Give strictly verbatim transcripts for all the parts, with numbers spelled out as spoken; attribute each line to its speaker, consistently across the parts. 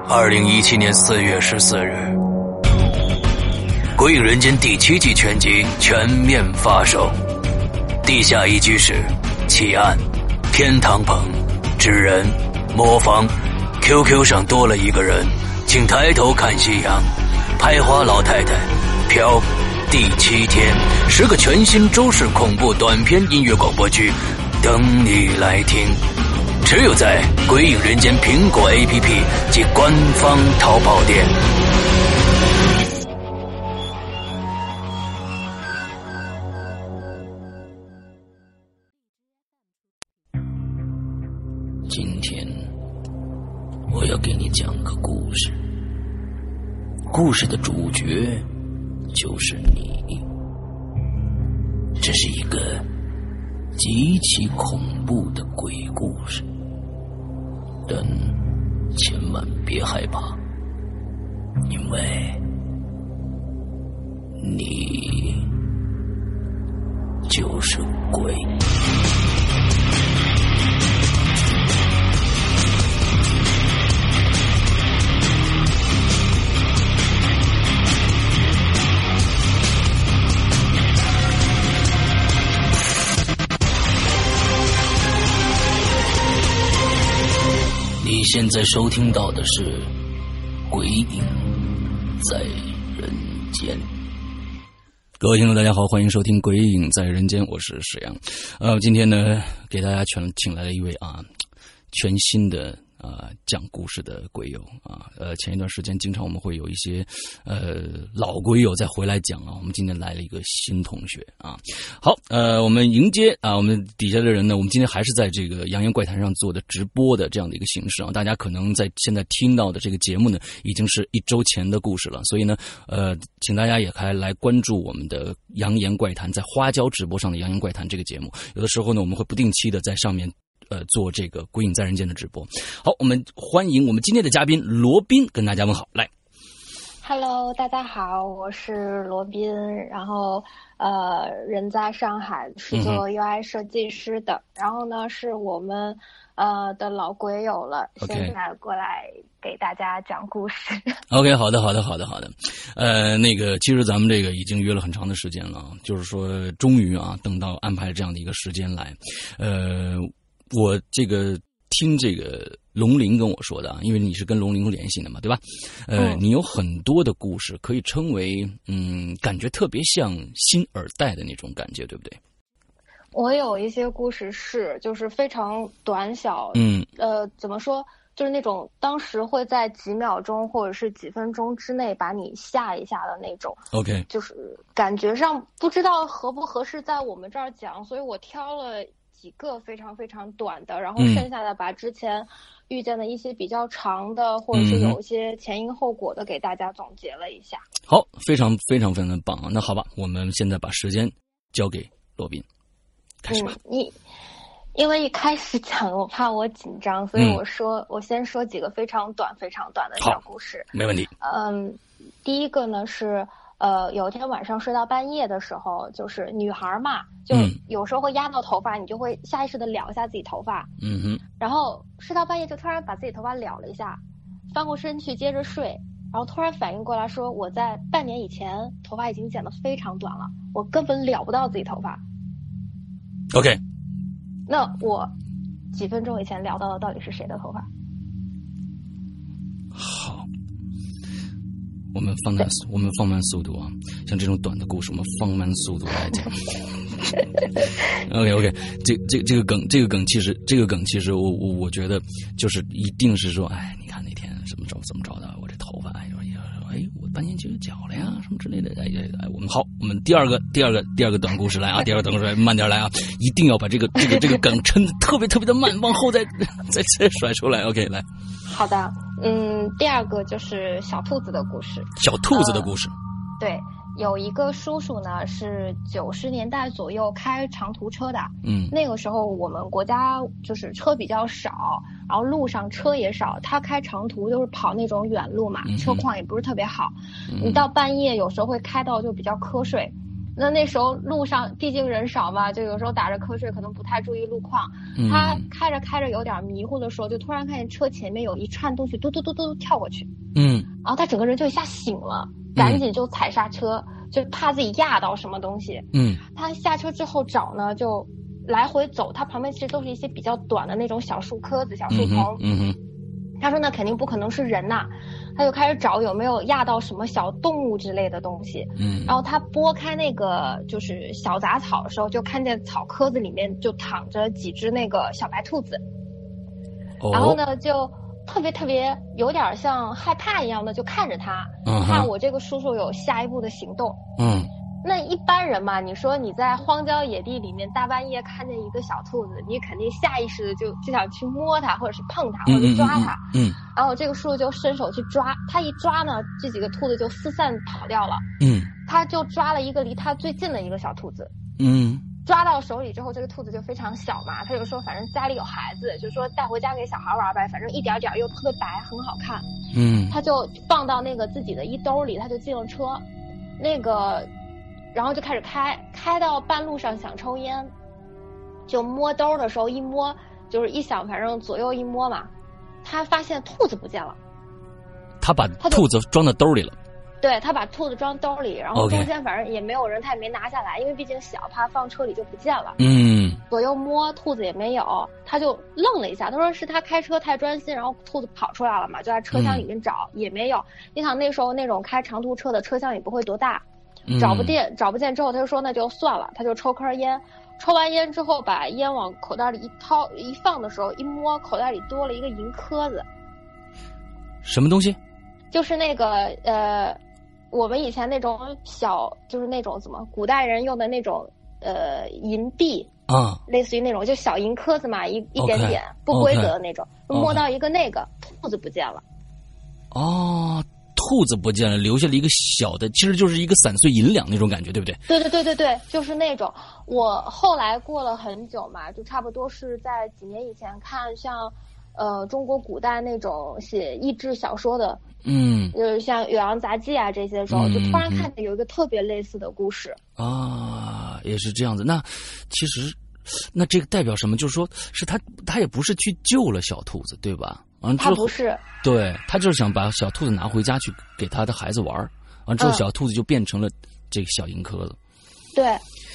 Speaker 1: 二零一七年四月十四日，《鬼影人间》第七季全集全面发售。地下一居室、奇案、天堂棚、纸人、魔方 Q Q 上多了一个人，请抬头看夕阳，拍花老太太，飘，第七天，十个全新周氏恐怖短篇音乐广播剧等你来听，只有在鬼影人间苹果 A P P 及官方淘宝店。今天我要给你讲个故事，故事的主角就是你。这是一个极其恐怖的鬼故事，但千万别害怕，因为你就是鬼。你现在收听到的是《鬼影在人间》。各位听众大家好，欢迎收听《鬼影在人间》，我是史阳。呃，今天呢，给大家全请来了一位啊，全新的啊讲故事的鬼友啊。呃，前一段时间经常我们会有一些呃老鬼友再回来讲啊，我们今天来了一个新同学啊。好，呃，我们迎接啊，我们底下的人呢，我们今天还是在这个扬言怪谈上做的直播的这样的一个形式啊。大家可能在现在听到的这个节目呢，已经是一周前的故事了，所以呢，呃，请大家也还来关注我们的扬言怪谈在花椒直播上的扬言怪谈这个节目。有的时候呢，我们会不定期的在上面呃做这个鬼影在人间的直播。好，我们欢迎我们今天的嘉宾罗宾跟大家问好，来。
Speaker 2: Hello， 大家好，我是罗宾，然后呃，人在上海，是做 U I 设计师的，嗯、然后呢，是我们呃的老鬼友了，
Speaker 1: okay.
Speaker 2: 现在过来给大家讲故事。
Speaker 1: OK， 好的，好的，好的，好的。呃，那个，其实咱们这个已经约了很长的时间了，就是说，终于啊，等到安排这样的一个时间来，呃，我这个。听这个龙鳞跟我说的啊，因为你是跟龙鳞联系的嘛，对吧？呃、嗯，你有很多的故事可以称为，嗯，感觉特别像新耳带的那种感觉，对不对？
Speaker 2: 我有一些故事是，就是非常短小，
Speaker 1: 嗯，
Speaker 2: 呃，怎么说，就是那种当时会在几秒钟或者是几分钟之内把你吓一下的那种。
Speaker 1: OK，
Speaker 2: 就是感觉上不知道合不合适在我们这儿讲，所以我挑了几个非常非常短的，然后剩下的把之前遇见的一些比较长的、嗯、或者是有一些前因后果的给大家总结了一下。
Speaker 1: 好，非常非常非常的棒啊！那好吧，我们现在把时间交给罗宾，开始吧。
Speaker 2: 嗯，你因为一开始讲我怕我紧张，所以我说、嗯、我先说几个非常短非常短的小故事。
Speaker 1: 没问题。
Speaker 2: 嗯，第一个呢是呃，有一天晚上睡到半夜的时候，就是女孩嘛，就有时候会压到头发，嗯、你就会下意识的撩一下自己头发。
Speaker 1: 嗯哼。然
Speaker 2: 后睡到半夜就突然把自己头发撩了一下，翻过身去接着睡，然后突然反应过来说，我在半年以前头发已经剪得非常短了，我根本撩不到自己头发。
Speaker 1: OK。
Speaker 2: 那我几分钟以前撩到的到底是谁的头发？
Speaker 1: 好。我们放慢，我们放慢速度啊！像这种短的故事，我们放慢速度来讲。OK OK， 这这这个梗，这个梗其实，这个梗其实我我我觉得就是一定是说，哎，你看那天怎么着怎么着的，我这头发，哎，哎，我半年就绞了呀，什么之类的，哎哎，我们好，我们第二个第二个第二个短故事来啊，第二个短故事来，慢点来啊，一定要把这个这个这个梗抻得特别特别的慢，往后再再再甩出来。OK， 来。
Speaker 2: 好的。嗯，第二个就是小兔子的故事。
Speaker 1: 小兔子的故事。
Speaker 2: 呃、对，有一个叔叔呢，是九十年代左右开长途车的。嗯，那个时候我们国家就是车比较少，然后路上车也少，他开长途就是跑那种远路嘛，嗯、车况也不是特别好。嗯、你到半夜有时候会开到就比较瞌睡， 那那时候路上毕竟人少嘛，就有时候打着瞌睡，可能不太注意路况。
Speaker 1: 嗯、
Speaker 2: 他开着开着有点迷糊的时候，就突然看见车前面有一串东西嘟嘟嘟嘟跳过去。
Speaker 1: 嗯，
Speaker 2: 然后他整个人就一下醒了，赶紧就踩刹车，嗯、就怕自己压到什么东西。
Speaker 1: 嗯，
Speaker 2: 他下车之后找呢，就来回走，他旁边其实都是一些比较短的那种小树棵子、小树丛。
Speaker 1: 嗯哼。
Speaker 2: 他说那肯定不可能是人呐、啊，他就开始找有没有压到什么小动物之类的东西。
Speaker 1: 嗯，
Speaker 2: 然后他拨开那个就是小杂草的时候，就看见草棵子里面就躺着几只那个小白兔子。
Speaker 1: 哦、
Speaker 2: 然后呢，就特别特别有点像害怕一样的，就看着他，
Speaker 1: 嗯、
Speaker 2: 看我这个叔叔有下一步的行动。
Speaker 1: 嗯。
Speaker 2: 那一般人嘛，你说你在荒郊野地里面大半夜看见一个小兔子，你肯定下意识的就就想去摸它，或者是碰它，或者是抓它。
Speaker 1: 嗯。嗯嗯
Speaker 2: 然后这个叔叔就伸手去抓，他一抓呢，这几个兔子就四散跑掉了。
Speaker 1: 嗯。
Speaker 2: 他就抓了一个离他最近的一个小兔子。
Speaker 1: 嗯。
Speaker 2: 抓到手里之后，这个兔子就非常小嘛，他就说反正家里有孩子，就说带回家给小孩玩呗，反正一点点又特别白，很好看。
Speaker 1: 嗯。
Speaker 2: 他就放到那个自己的衣兜里，他就进了车，那个。然后就开始开，开到半路上想抽烟，就摸兜的时候一摸，就是一想，反正左右一摸嘛，他发现兔子不见了。
Speaker 1: 他把兔子装到兜里了。
Speaker 2: 对，他把兔子装兜里，然后中间反正也没有人，他也没拿下来，因为毕竟小，怕放车里就不见了。
Speaker 1: 嗯。
Speaker 2: 左右摸，兔子也没有，他就愣了一下，他说是他开车太专心，然后兔子跑出来了嘛，就在车厢里面找，嗯、也没有。你想那时候那种开长途车的车厢也不会多大。找不见，找不见之后，他就说那就算了，他就抽根烟，抽完烟之后把烟往口袋里一掏一放的时候，一摸口袋里多了一个银壳子。
Speaker 1: 什么东西？
Speaker 2: 就是那个呃，我们以前那种小，就是那种怎么古代人用的那种呃银币
Speaker 1: 啊，
Speaker 2: 类似于那种就小银壳子嘛，一一点点
Speaker 1: okay,
Speaker 2: 不规则的那种，
Speaker 1: okay,
Speaker 2: 摸到一个那个兔子不见了。
Speaker 1: 哦。兔子不见了，留下了一个小的，其实就是一个散碎银两那种感觉，对不对？
Speaker 2: 对对对对对，就是那种。我后来过了很久嘛，就差不多是在几年以前看像，呃，中国古代那种写益智小说的，
Speaker 1: 嗯，
Speaker 2: 就是像《酉阳杂记》啊这些时候，
Speaker 1: 嗯、
Speaker 2: 就突然看见有一个特别类似的故事。
Speaker 1: 啊，也是这样子。那其实，那这个代表什么？就是说，是他他也不是去救了小兔子，对吧？完之后
Speaker 2: 他不是，
Speaker 1: 对他就是想把小兔子拿回家去给他的孩子玩，完之后小兔子就变成了这个小银壳子。
Speaker 2: 对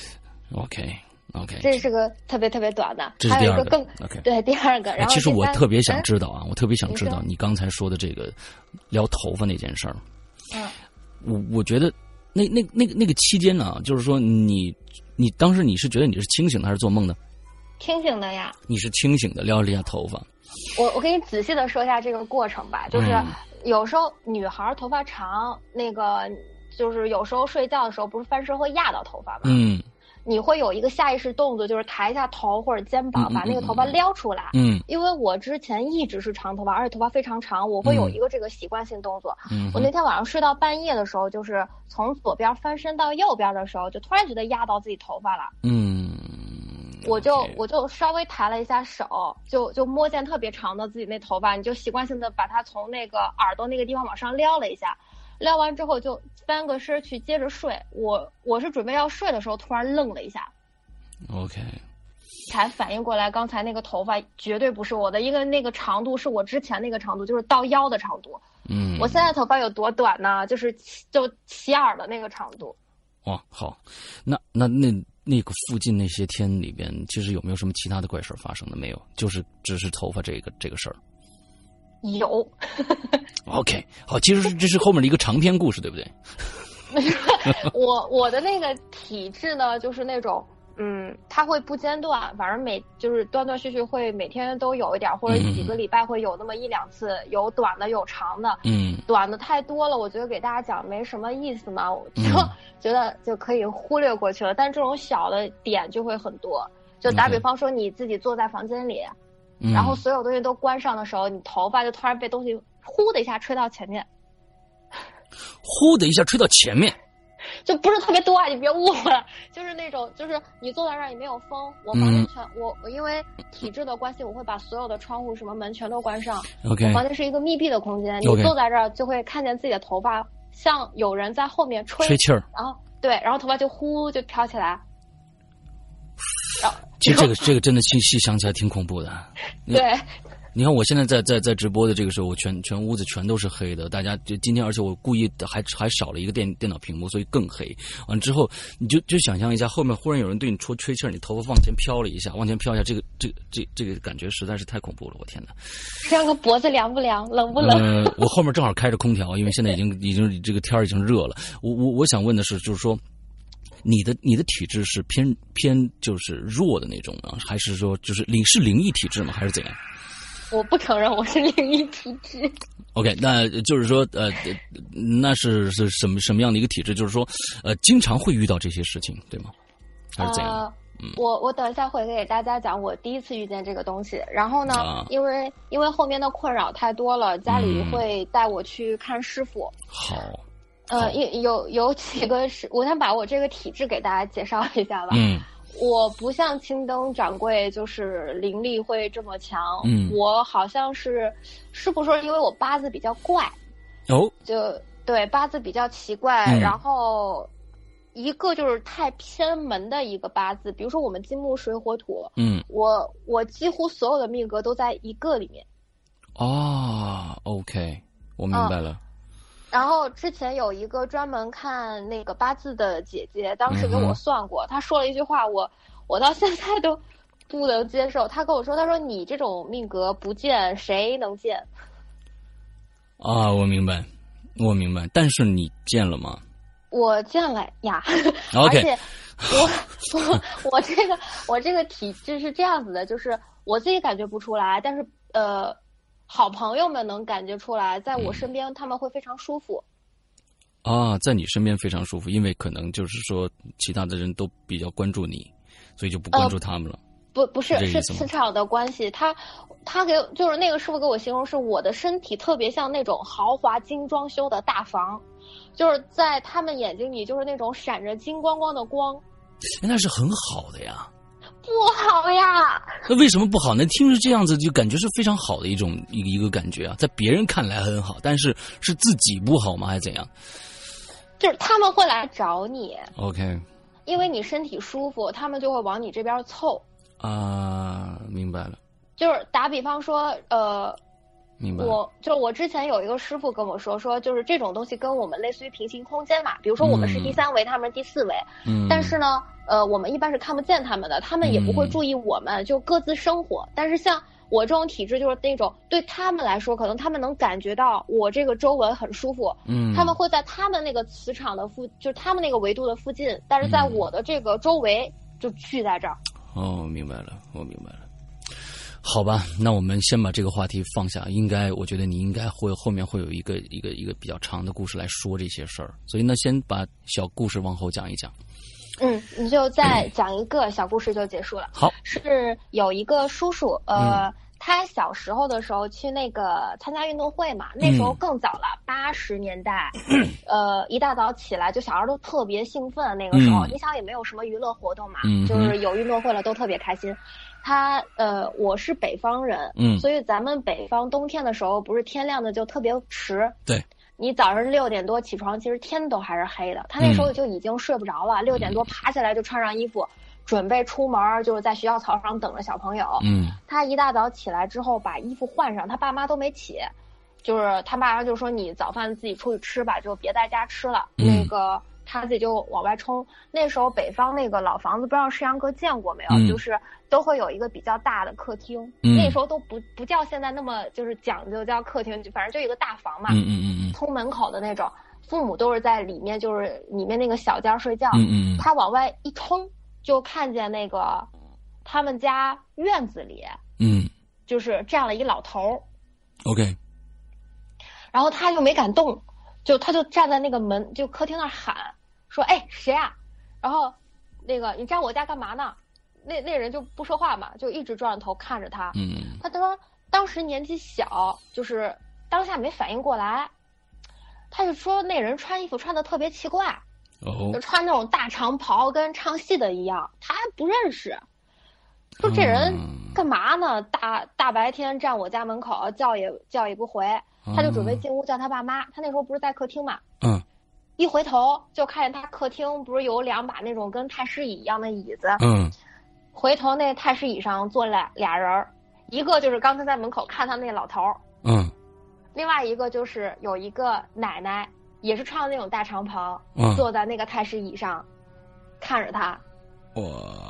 Speaker 1: ，OK OK，
Speaker 2: 这是个特别特别短的，
Speaker 1: 这是第二个，
Speaker 2: 还有一个更
Speaker 1: OK，
Speaker 2: 对第二个。然后
Speaker 1: 其实我特别想知道啊，
Speaker 2: 嗯、
Speaker 1: 我特别想知道你刚才说的这个撩头发那件事儿。
Speaker 2: 嗯，
Speaker 1: 我我觉得那那那个那个期间呢，就是说你你当时你是觉得你是清醒的还是做梦的？
Speaker 2: 清醒的呀。你
Speaker 1: 是清醒的，撩了一下头发。
Speaker 2: 我我给你仔细的说一下这个过程吧，就是有时候女孩头发长，那个就是有时候睡觉的时候不是翻身会压到头发吗？
Speaker 1: 嗯，
Speaker 2: 你会有一个下意识动作，就是抬一下头或者肩膀，把那个头发撩出来。
Speaker 1: 嗯，
Speaker 2: 因为我之前一直是长头发，而且头发非常长，我会有一个这个习惯性动作。
Speaker 1: 嗯，
Speaker 2: 我那天晚上睡到半夜的时候，就是从左边翻身到右边的时候，就突然觉得压到自己头发了。
Speaker 1: 嗯。
Speaker 2: 我就
Speaker 1: okay.
Speaker 2: 我就稍微抬了一下手，就就摸见特别长的自己那头发，你就习惯性的把它从那个耳朵那个地方往上撩了一下，撩完之后就翻个身去接着睡。我我是准备要睡的时候，突然愣了一下
Speaker 1: ，OK，
Speaker 2: 才反应过来刚才那个头发绝对不是我的，因为那个长度是我之前那个长度，就是到腰的长度。
Speaker 1: 嗯，
Speaker 2: 我现在头发有多短呢？就是就齐耳的那个长度。
Speaker 1: 哦，好，那那那。那个附近那些天里边，其实有没有什么其他的怪事发生的？没有，就是只是头发这个这个事儿。
Speaker 2: 有。
Speaker 1: OK， 好，其实这是后面的一个长篇故事，对不对？
Speaker 2: 我我的那个体质呢，就是那种，嗯，它会不间断，反正每就是断断续续会每天都有一点，或者几个礼拜会有那么一两次，有短的有长的。
Speaker 1: 嗯，
Speaker 2: 短的太多了，我觉得给大家讲没什么意思嘛，我就觉得就可以忽略过去了。但这种小的点就会很多，就打比方说你自己坐在房间里，
Speaker 1: 嗯、
Speaker 2: 然后所有东西都关上的时候，你头发就突然被东西呼的一下吹到前面，
Speaker 1: 呼的一下吹到前面。
Speaker 2: 就不是特别多啊，你别误会了，就是那种，就是你坐在那儿也没有风，我房间全、嗯、我我因为体质的关系，我会把所有的窗户什么门全都关上。
Speaker 1: OK，
Speaker 2: 我房间是一个密闭的空间，
Speaker 1: okay.
Speaker 2: 你坐在这儿就会看见自己的头发像有人在后面吹
Speaker 1: 吹气儿，
Speaker 2: 然后对，然后头发就呼就飘起来。然后
Speaker 1: 其实这个这个真的细细想起来挺恐怖的。
Speaker 2: 对。
Speaker 1: 你看我现在在在在直播的这个时候，我全全屋子全都是黑的，大家就今天，而且我故意还还少了一个电电脑屏幕，所以更黑。完之后，你就就想象一下，后面忽然有人对你戳吹气儿，你头发往前飘了一下，往前飘一下，这个这个这这个感觉实在是太恐怖了，我天哪！
Speaker 2: 这样个脖子凉不凉，冷不冷？
Speaker 1: 呃，我后面正好开着空调，因为现在已经已经这个天儿已经热了。我我我想问的是，就是说。你的你的体质是偏偏就是弱的那种呢，还是说就是灵是灵异体质吗？还是怎样？
Speaker 2: 我不承认我是灵异体质。
Speaker 1: OK， 那就是说呃，那是是什么什么样的一个体质？就是说呃，经常会遇到这些事情，对吗？还是怎样？
Speaker 2: 呃嗯、我我等一下会给大家讲我第一次遇见这个东西。然后呢，
Speaker 1: 啊、
Speaker 2: 因为因为后面的困扰太多了，家里会带我去看师傅。
Speaker 1: 嗯、好。
Speaker 2: 呃，有有有几个是，我先把我这个体质给大家介绍一下吧。
Speaker 1: 嗯，
Speaker 2: 我不像青灯掌柜，就是灵力会这么强。
Speaker 1: 嗯，
Speaker 2: 我好像是师傅说，因为我八字比较怪。
Speaker 1: 哦，
Speaker 2: 就对八字比较奇怪，
Speaker 1: 嗯、
Speaker 2: 然后一个就是太偏门的一个八字，比如说我们金木水火土。
Speaker 1: 嗯，
Speaker 2: 我我几乎所有的命格都在一个里面。
Speaker 1: 哦 ，OK， 我明白了。
Speaker 2: 嗯然后之前有一个专门看那个八字的姐姐，当时给我算过，嗯、她说了一句话，我我到现在都不能接受。她跟我说，她说你这种命格不见谁能见？
Speaker 1: 啊，我明白，我明白。但是你见了吗？
Speaker 2: 我见了呀。
Speaker 1: OK，
Speaker 2: 而且我我我这个我这个体质是这样子的，就是我自己感觉不出来，但是呃。好朋友们能感觉出来，在我身边他们会非常舒服。
Speaker 1: 啊，在你身边非常舒服，因为可能就是说其他的人都比较关注你，所以就不关注他们了。
Speaker 2: 呃、不，不是，是磁场的关系。他他给就是那个师傅给我形容是我的身体特别像那种豪华精装修的大房，就是在他们眼睛里就是那种闪着金光光的光。
Speaker 1: 那是很好的呀。
Speaker 2: 不好呀！
Speaker 1: 那为什么不好呢？听着这样子就感觉是非常好的一种一个一个感觉啊，在别人看来很好，但是是自己不好吗？还是怎样？
Speaker 2: 就是他们会来找你
Speaker 1: ，OK，
Speaker 2: 因为你身体舒服，他们就会往你这边凑。
Speaker 1: 啊，明白了。
Speaker 2: 就是打比方说，呃，
Speaker 1: 明白。
Speaker 2: 我就我之前有一个师傅跟我说，说就是这种东西跟我们类似于平行空间嘛，比如说我们是第三维，嗯、他们是第四维，
Speaker 1: 嗯，
Speaker 2: 但是呢。呃，我们一般是看不见他们的，他们也不会注意我们，嗯、就各自生活。但是像我这种体质，就是那种对他们来说，可能他们能感觉到我这个周围很舒服，
Speaker 1: 嗯，
Speaker 2: 他们会在他们那个磁场的附，就是他们那个维度的附近，但是在我的这个周围就聚在这儿。
Speaker 1: 哦，明白了，我明白了。好吧，那我们先把这个话题放下。应该，我觉得你应该会后面会有一个一个一个比较长的故事来说这些事儿，所以呢，先把小故事往后讲一讲。
Speaker 2: 嗯，你就再讲一个小故事就结束了。
Speaker 1: 好，
Speaker 2: 是有一个叔叔，呃，嗯、他小时候的时候去那个参加运动会嘛，那时候更早了，八十年代，呃，一大早起来就小孩都特别兴奋，那个时候，嗯、你想也没有什么娱乐活动嘛，
Speaker 1: 嗯、
Speaker 2: 就是有运动会了都特别开心。他呃，我是北方人，
Speaker 1: 嗯，
Speaker 2: 所以咱们北方冬天的时候不是天亮的就特别迟，
Speaker 1: 对。
Speaker 2: 你早上六点多起床，其实天都还是黑的。他那时候就已经睡不着了，六、嗯、点多爬起来就穿上衣服，准备出门，就是在学校操场等着小朋友。
Speaker 1: 嗯，
Speaker 2: 他一大早起来之后把衣服换上，他爸妈都没起，就是他爸妈就说你早饭自己出去吃吧，就别在家吃了。
Speaker 1: 嗯、
Speaker 2: 那个他自己就往外冲。那时候北方那个老房子，不知道世阳哥见过没有？
Speaker 1: 嗯、
Speaker 2: 就是都会有一个比较大的客厅，
Speaker 1: 嗯、
Speaker 2: 那时候都不不叫现在那么就是讲究叫客厅，反正就一个大房嘛，
Speaker 1: 嗯嗯嗯，
Speaker 2: 通门口的那种，父母都是在里面，就是里面那个小间睡觉。
Speaker 1: 嗯嗯，
Speaker 2: 他往外一冲，就看见那个他们家院子里，
Speaker 1: 嗯，
Speaker 2: 就是站了一老头。
Speaker 1: OK，
Speaker 2: 然后他就没敢动，就他就站在那个门，就客厅那儿喊说：“哎，谁啊？”然后那个你站我家干嘛呢？那那人就不说话嘛，就一直转着头看着他。
Speaker 1: 嗯，
Speaker 2: 他说当时年纪小，就是当下没反应过来，他就说那人穿衣服穿的特别奇怪，
Speaker 1: 哦，
Speaker 2: 就穿那种大长袍，跟唱戏的一样，他还不认识。说这人干嘛呢？大大白天站我家门口，叫也叫也不回，他就准备进屋叫他爸妈。他那时候不是在客厅嘛，
Speaker 1: 嗯，
Speaker 2: 一回头就看见他客厅不是有两把那种跟太师椅一样的椅子，
Speaker 1: 嗯，
Speaker 2: 回头那太师椅上坐俩俩人，一个就是刚才在门口看他那老头，
Speaker 1: 嗯，
Speaker 2: 另外一个就是有一个奶奶，也是穿的那种大长袍，
Speaker 1: 嗯，
Speaker 2: 坐在那个太师椅上看着他。
Speaker 1: 哇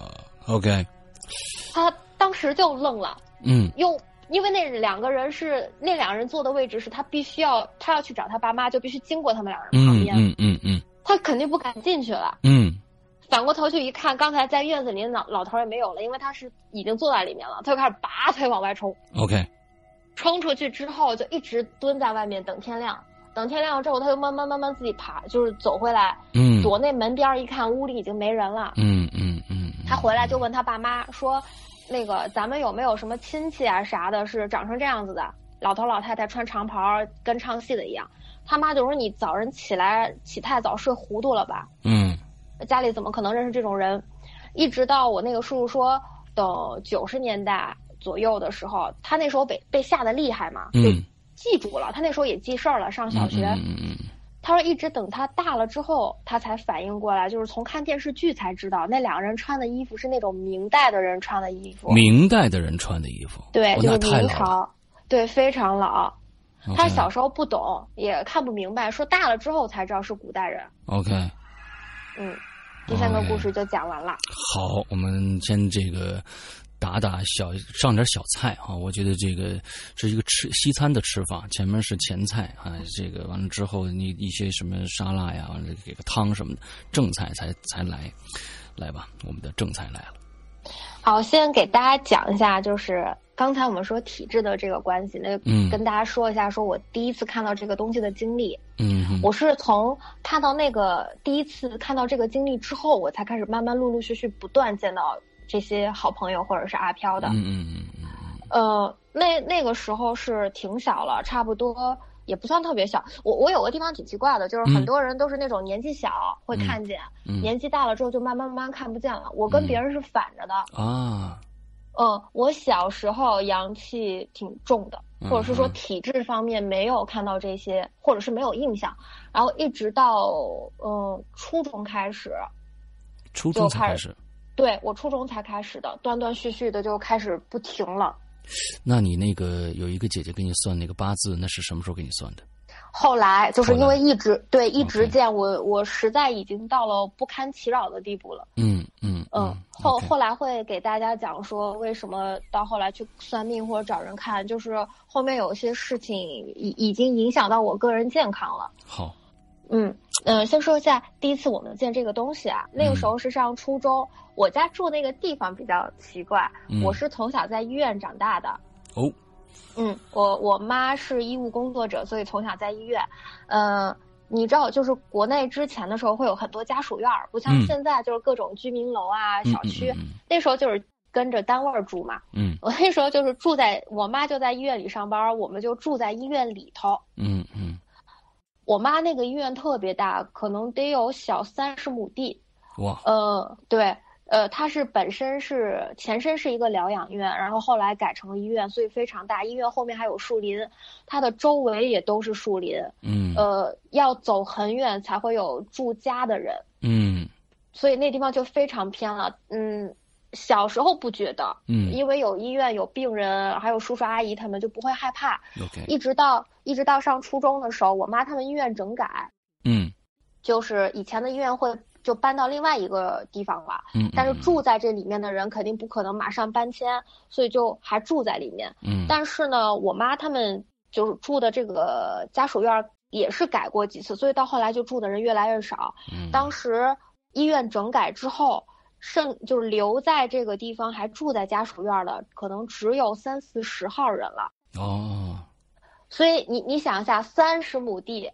Speaker 1: ，OK，
Speaker 2: 他当时就愣了，
Speaker 1: 嗯，
Speaker 2: 又因为那两个人是那两个人坐的位置是他必须要他要去找他爸妈，就必须经过他们两人旁边，
Speaker 1: 嗯嗯嗯嗯，
Speaker 2: 他肯定不敢进去了，
Speaker 1: 嗯，
Speaker 2: 反过头去一看，刚才在院子里老老头也没有了，因为他是已经坐在里面了，他就开始拔腿往外冲。
Speaker 1: OK，
Speaker 2: 冲出去之后就一直蹲在外面等天亮，等天亮之后他就慢慢慢慢自己爬，就是走回来，
Speaker 1: 嗯，
Speaker 2: 躲那门边一看，屋里已经没人了，
Speaker 1: 嗯嗯嗯，
Speaker 2: 他回来就问他爸妈说，那个咱们有没有什么亲戚啊啥的，是长成这样子的，老头老太太穿长袍跟唱戏的一样。他妈就说你早上起来起太早，睡糊涂了吧，
Speaker 1: 嗯，
Speaker 2: 家里怎么可能认识这种人。一直到我那个叔叔说等九十年代左右的时候，他那时候被被吓得厉害嘛，就记住了，他那时候也记事儿了，上小学，
Speaker 1: 嗯嗯，
Speaker 2: 他说一直等他大了之后他才反应过来，就是从看电视剧才知道那两个人穿的衣服是那种明代的人穿的衣服，
Speaker 1: 明代的人穿的衣服，
Speaker 2: 对，
Speaker 1: 哦，
Speaker 2: 就是明
Speaker 1: 那太老了，
Speaker 2: 朝，对，非常老。
Speaker 1: OK
Speaker 2: 他小时候不懂也看不明白，说大了之后才知道是古代人。
Speaker 1: OK，
Speaker 2: 嗯，第三个故事就讲完了。
Speaker 1: 好，我们先这个打打小上点小菜啊，我觉得这个是一个吃西餐的吃法，前面是前菜啊，这个完了之后你一些什么沙拉呀，完了给个汤什么的，正菜才才来，来吧，我们的正菜来了。
Speaker 2: 好，先给大家讲一下，就是刚才我们说体质的这个关系，那
Speaker 1: 嗯
Speaker 2: 跟大家说一下，说我第一次看到这个东西的经历。
Speaker 1: 嗯，
Speaker 2: 我是从看到那个第一次看到这个经历之后，我才开始慢慢陆陆续续不断见到这些好朋友或者是阿飘的。
Speaker 1: 嗯嗯嗯嗯。
Speaker 2: 呃，那那个时候是挺小了，差不多也不算特别小。我我有个地方挺奇怪的，就是很多人都是那种年纪小会看见，
Speaker 1: 嗯嗯、
Speaker 2: 年纪大了之后就慢慢慢慢看不见了。我跟别人是反着的。
Speaker 1: 嗯、啊。
Speaker 2: 嗯，我小时候阳气挺重的，或者是说体质方面没有看到这些，嗯、或者是没有印象，然后一直到嗯初中开始，
Speaker 1: 初中才开始，
Speaker 2: 对，我初中才开始的，断断续续的就开始不停了。
Speaker 1: 那你那个有一个姐姐给你算那个八字，那是什么时候给你算的？
Speaker 2: 后来就是因为一直对一直见我， okay. 我实在已经到了不堪其扰的地步了。
Speaker 1: 嗯嗯
Speaker 2: 嗯，后
Speaker 1: okay.
Speaker 2: 后来会给大家讲说为什么到后来去算命或者找人看，就是后面有些事情已已经影响到我个人健康了。
Speaker 1: 好，
Speaker 2: 嗯嗯、呃，先说一下第一次我们见这个东西啊，那个时候是上初中，嗯、我家住那个地方比较奇怪，嗯、我是从小在医院长大的。
Speaker 1: 哦。
Speaker 2: 嗯，我我妈是医务工作者，所以从小在医院。呃，你知道，就是国内之前的时候会有很多家属院，不像现在就是各种居民楼啊、
Speaker 1: 嗯、
Speaker 2: 小区、
Speaker 1: 嗯嗯嗯。
Speaker 2: 那时候就是跟着单位住嘛。
Speaker 1: 嗯。
Speaker 2: 我那时候就是住在我妈就在医院里上班，我们就住在医院里头。
Speaker 1: 嗯嗯。
Speaker 2: 我妈那个医院特别大，可能得有小三十亩地。
Speaker 1: 哇。
Speaker 2: 呃，对。呃，它是本身是前身是一个疗养院，然后后来改成了医院，所以非常大。医院后面还有树林，它的周围也都是树林。
Speaker 1: 嗯。
Speaker 2: 呃，要走很远才会有住家的人。
Speaker 1: 嗯。
Speaker 2: 所以那地方就非常偏了。嗯，小时候不觉得，
Speaker 1: 嗯，
Speaker 2: 因为有医院有病人，还有叔叔阿姨，他们就不会害怕。
Speaker 1: OK。
Speaker 2: 一直到一直到上初中的时候，我妈他们医院整改。
Speaker 1: 嗯。
Speaker 2: 就是以前的医院会。就搬到另外一个地方了，
Speaker 1: 嗯，
Speaker 2: 但是住在这里面的人肯定不可能马上搬迁，所以就还住在里面。
Speaker 1: 嗯，
Speaker 2: 但是呢，我妈他们就是住的这个家属院也是改过几次，所以到后来就住的人越来越少。
Speaker 1: 嗯，
Speaker 2: 当时医院整改之后，剩就是留在这个地方还住在家属院的，可能只有三四十号人了。
Speaker 1: 哦，
Speaker 2: 所以你你想一下，三十亩地，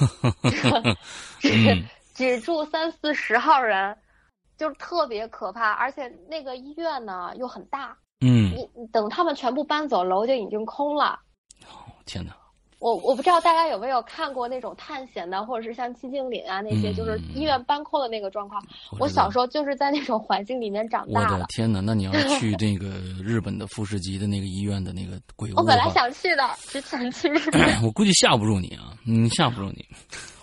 Speaker 1: 嗯。
Speaker 2: 只住三四十号人，就是特别可怕，而且那个医院呢又很大。
Speaker 1: 嗯，
Speaker 2: 你等他们全部搬走，楼就已经空了。
Speaker 1: 哦，天哪！
Speaker 2: 我我不知道大家有没有看过那种探险的，或者是像寂静岭啊那些，
Speaker 1: 嗯、
Speaker 2: 就是医院搬空的那个状况。
Speaker 1: 我,
Speaker 2: 我小时候就是在那种环境里面长大的。
Speaker 1: 我的天哪！那你要去那个日本的富士急的那个医院的那个鬼屋，
Speaker 2: 我本来想去的，只想去日本。
Speaker 1: 我估计吓不住你啊，嗯，吓不住你。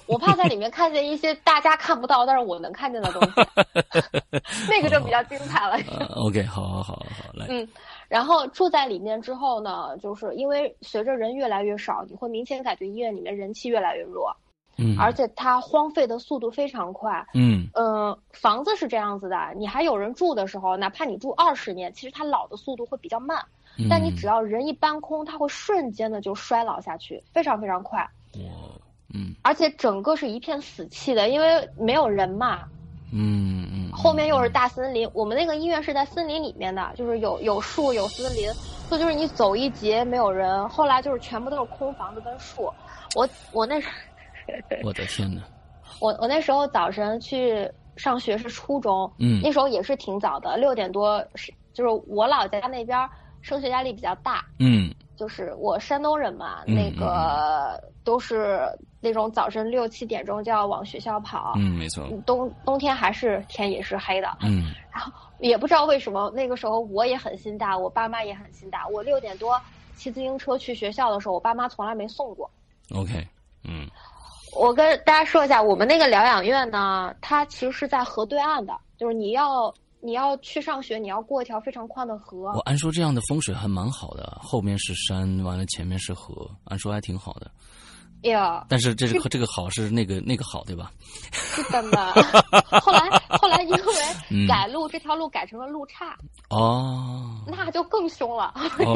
Speaker 2: 我怕在里面看见一些大家看不到，但是我能看见的东西，那个就比较精彩了。
Speaker 1: 呃、OK， 好好好好来。
Speaker 2: 嗯，然后住在里面之后呢，就是因为随着人越来越少，你会明显感觉医院里面人气越来越弱。
Speaker 1: 嗯，
Speaker 2: 而且它荒废的速度非常快。
Speaker 1: 嗯，
Speaker 2: 呃，房子是这样子的，你还有人住的时候，哪怕你住二十年，其实它老的速度会比较慢。嗯、但你只要人一搬空，它会瞬间的就衰老下去，非常非常快。
Speaker 1: 哇，嗯。
Speaker 2: 而且整个是一片死气的，因为没有人嘛。
Speaker 1: 嗯嗯。
Speaker 2: 后面又是大森林，我们那个医院是在森林里面的，就是有有树有森林，所以就是你走一节没有人。后来就是全部都是空房子跟树。我我那时。
Speaker 1: 我的天哪！
Speaker 2: 我我那时候早晨去上学是初中，
Speaker 1: 嗯，
Speaker 2: 那时候也是挺早的，六点多是就是我老家那边升学压力比较大，
Speaker 1: 嗯，
Speaker 2: 就是我山东人嘛，
Speaker 1: 嗯、
Speaker 2: 那个都是那种早晨六七点钟就要往学校跑，
Speaker 1: 嗯，没错，
Speaker 2: 冬冬天还是天也是黑的，
Speaker 1: 嗯，
Speaker 2: 然后也不知道为什么那个时候我也很心大，我爸妈也很心大，我六点多骑自行车去学校的时候，我爸妈从来没送过。
Speaker 1: OK， 嗯。
Speaker 2: 我跟大家说一下，我们那个疗养院呢，它其实是在河对岸的，就是你要你要去上学，你要过一条非常宽的河。
Speaker 1: 我按说这样的风水还蛮好的，后面是山，完了前面是河，按说还挺好的。
Speaker 2: 呀，
Speaker 1: 但是这是这个好是那个那个好对吧？
Speaker 2: 是的呢。后来后来因为改路，嗯、这条路改成了路岔。
Speaker 1: 哦。
Speaker 2: 那就更凶了。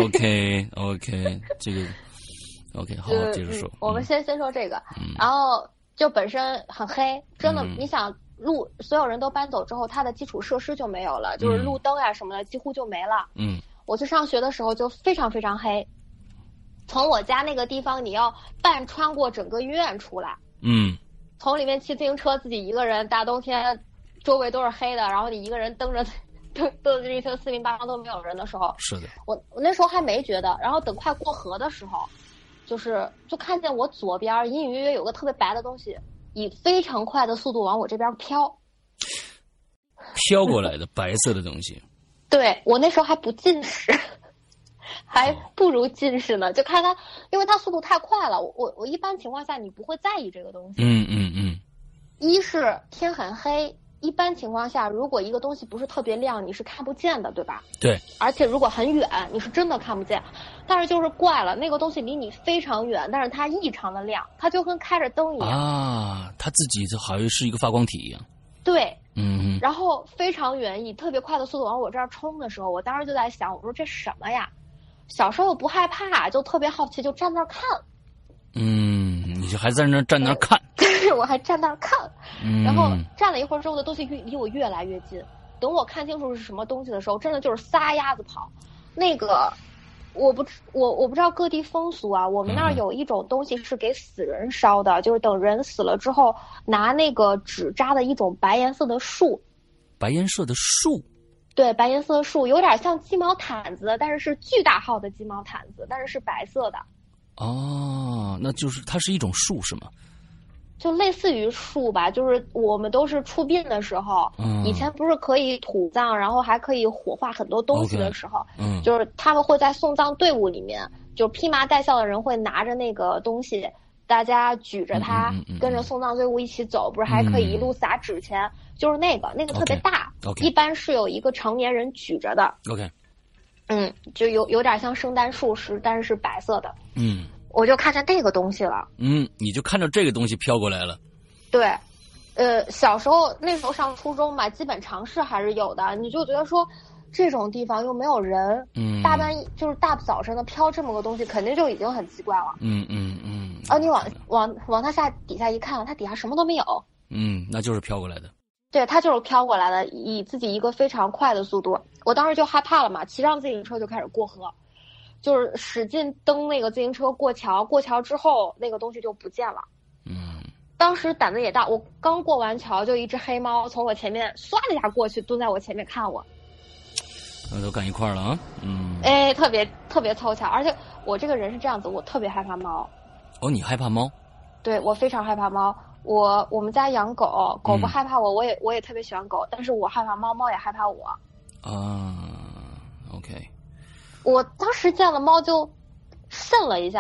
Speaker 1: OK OK， 这个。OK， 好，接着说。
Speaker 2: 嗯、我们先、嗯、先说这个，
Speaker 1: 嗯、
Speaker 2: 然后就本身很黑，真的，
Speaker 1: 嗯、
Speaker 2: 你想路所有人都搬走之后，它的基础设施就没有了，就是路灯呀、啊、什么的几乎就没了。
Speaker 1: 嗯，
Speaker 2: 我去上学的时候就非常非常黑，从我家那个地方你要半穿过整个医院出来。
Speaker 1: 嗯，
Speaker 2: 从里面骑自行车自己一个人，大冬天周围都是黑的，然后你一个人蹬着蹬蹬着这车四面八方都没有人的时候，
Speaker 1: 是的，
Speaker 2: 我我那时候还没觉得，然后等快过河的时候。就是就看见我左边隐隐约约有个特别白的东西，以非常快的速度往我这边飘，
Speaker 1: 飘过来的白色的东西。
Speaker 2: 对，我那时候还不近视，还不如近视呢。就看它，因为它速度太快了。我我一般情况下你不会在意这个东西。
Speaker 1: 嗯嗯嗯。
Speaker 2: 一是天很黑。一般情况下，如果一个东西不是特别亮，你是看不见的，对吧？
Speaker 1: 对。
Speaker 2: 而且如果很远，你是真的看不见。但是就是怪了，那个东西离你非常远，但是它异常的亮，它就跟开着灯一样
Speaker 1: 啊，它自己就好像是一个发光体一样。
Speaker 2: 对，
Speaker 1: 嗯。
Speaker 2: 然后非常远，以特别快的速度往我这儿冲的时候，我当时就在想，我说这什么呀？小时候不害怕，就特别好奇，就站那儿看。
Speaker 1: 嗯，你就还在那儿站那儿看。
Speaker 2: 对，我还站那儿看，
Speaker 1: 嗯，
Speaker 2: 然后站了一会儿之后，的东西越离我越来越近。等我看清楚是什么东西的时候，真的就是撒丫子跑。那个，我不我我不知道各地风俗啊，我们那儿有一种东西是给死人烧的，嗯、就是等人死了之后，拿那个纸扎的一种白颜色的树。
Speaker 1: 白颜色的树。
Speaker 2: 对，白颜色的树有点像鸡毛毯子，但是是巨大号的鸡毛毯子，但是是白色的。
Speaker 1: 哦，那就是它是一种树是吗？
Speaker 2: 就类似于树吧，就是我们都是出殡的时候，
Speaker 1: 嗯、
Speaker 2: 以前不是可以土葬，然后还可以火化很多东西的时候，
Speaker 1: okay, 嗯、
Speaker 2: 就是他们会在送葬队伍里面，就披麻戴孝的人会拿着那个东西，大家举着它，
Speaker 1: 嗯嗯嗯嗯、
Speaker 2: 跟着送葬队伍一起走，不是还可以一路撒纸钱，嗯、就是那个那个特别大，
Speaker 1: okay, okay.
Speaker 2: 一般是有一个成年人举着的。
Speaker 1: OK，
Speaker 2: 嗯，就有有点像圣诞树是，但是是白色的。
Speaker 1: 嗯。
Speaker 2: 我就看见那个东西了，
Speaker 1: 嗯，你就看着这个东西飘过来了。
Speaker 2: 对，呃，小时候那时候上初中嘛，基本常识还是有的，你就觉得说这种地方又没有人，
Speaker 1: 嗯，
Speaker 2: 大半就是大早晨的飘这么个东西，肯定就已经很奇怪了。
Speaker 1: 嗯嗯嗯。
Speaker 2: 啊，你往往往它下底下一看，它底下什么都没有。
Speaker 1: 嗯，那就是飘过来的。
Speaker 2: 对，它就是飘过来的，以自己一个非常快的速度，我当时就害怕了嘛，骑上自行车就开始过河。就是使劲蹬那个自行车过桥，过桥之后那个东西就不见了。
Speaker 1: 嗯，
Speaker 2: 当时胆子也大，我刚过完桥，就一只黑猫从我前面唰的一下过去，蹲在我前面看我。
Speaker 1: 那都赶一块儿了啊。嗯。
Speaker 2: 哎，特别特别凑巧，而且我这个人是这样子，我特别害怕猫。
Speaker 1: 哦，你害怕猫？对，
Speaker 2: 我非常害怕猫。我我们家养狗，狗不害怕我，嗯、我也我也特别喜欢狗，但是我害怕猫，猫也害怕我。
Speaker 1: 啊 ，OK。
Speaker 2: 我当时见了猫就瘆了一下，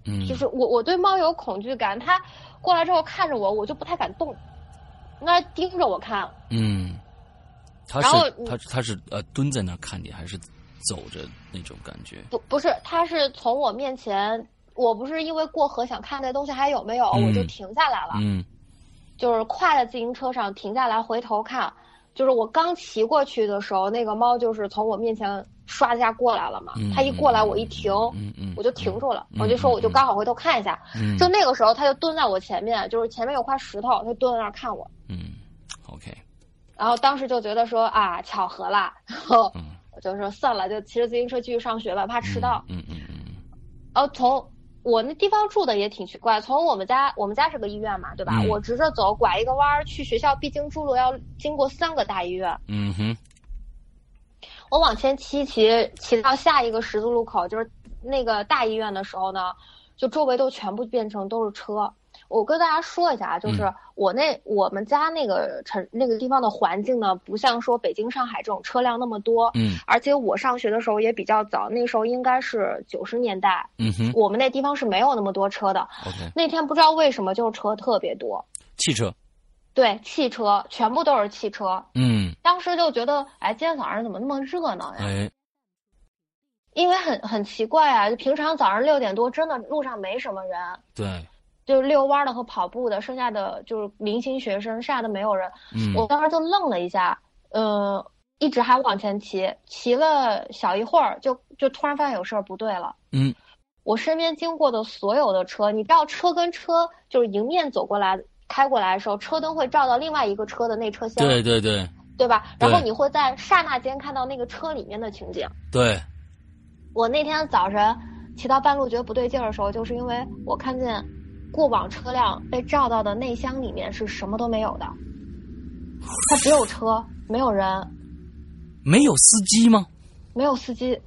Speaker 1: 嗯，
Speaker 2: 就是我我对猫有恐惧感，它过来之后看着我，我就不太敢动，那盯着我看。
Speaker 1: 嗯，它是它它是呃蹲在那儿看你，还是走着那种感觉？
Speaker 2: 不不是，它是从我面前，我不是因为过河想看那东西还有没有，
Speaker 1: 嗯、
Speaker 2: 我就停下来了。
Speaker 1: 嗯，
Speaker 2: 就是跨在自行车上停下来回头看，就是我刚骑过去的时候，那个猫就是从我面前唰一下过来了嘛。
Speaker 1: 嗯、
Speaker 2: 它一过来我一停，
Speaker 1: 嗯嗯，
Speaker 2: 我就停住了。
Speaker 1: 嗯、
Speaker 2: 我就说我就刚好回头看一下。
Speaker 1: 嗯，
Speaker 2: 就那个时候它就蹲在我前面，就是前面有块石头，它蹲在那儿看我。
Speaker 1: 嗯 ，OK。
Speaker 2: 然后当时就觉得说啊，巧合啦，然后我就说算了，就骑着自行车继续上学吧，怕迟到。
Speaker 1: 嗯嗯嗯。
Speaker 2: 然后从我那地方住的也挺奇怪，从我们家我们家是个医院嘛，对吧？
Speaker 1: 嗯、
Speaker 2: 我直着走，拐一个弯儿去学校，必经之路要经过三个大医院。
Speaker 1: 嗯哼。
Speaker 2: 我往前骑骑骑到下一个十字路口，就是那个大医院的时候呢，就周围都全部变成都是车。我跟大家说一下，就是我那、嗯、我们家那个城那个地方的环境呢，不像说北京、上海这种车辆那么多。
Speaker 1: 嗯，
Speaker 2: 而且我上学的时候也比较早，那时候应该是九十年代。
Speaker 1: 嗯哼，
Speaker 2: 我们那地方是没有那么多车的。
Speaker 1: OK，
Speaker 2: 那天不知道为什么就是车特别多。
Speaker 1: 汽车。
Speaker 2: 对，汽车全部都是汽车。
Speaker 1: 嗯，
Speaker 2: 当时就觉得，哎，今天早上怎么那么热闹呀？
Speaker 1: 哎，
Speaker 2: 因为很很奇怪啊，就平常早上六点多，真的路上没什么人。
Speaker 1: 对。
Speaker 2: 就是遛弯的和跑步的，剩下的就是零星学生，剩下的没有人。
Speaker 1: 嗯，
Speaker 2: 我当时就愣了一下，呃，一直还往前骑，骑了小一会儿，就就突然发现有事儿不对了。
Speaker 1: 嗯，
Speaker 2: 我身边经过的所有的车，你知道车跟车就是迎面走过来开过来的时候，车灯会照到另外一个车的内车厢。
Speaker 1: 对对对，
Speaker 2: 对吧？然后你会在刹那间看到那个车里面的情景。
Speaker 1: 对，我
Speaker 2: 那天早晨骑到半路觉得不对劲儿的时候，就是因为我看见过往车辆被照到的内箱里面是什么都没有的，它只有车，没有人。
Speaker 1: 没有司机吗？
Speaker 2: 没有司机。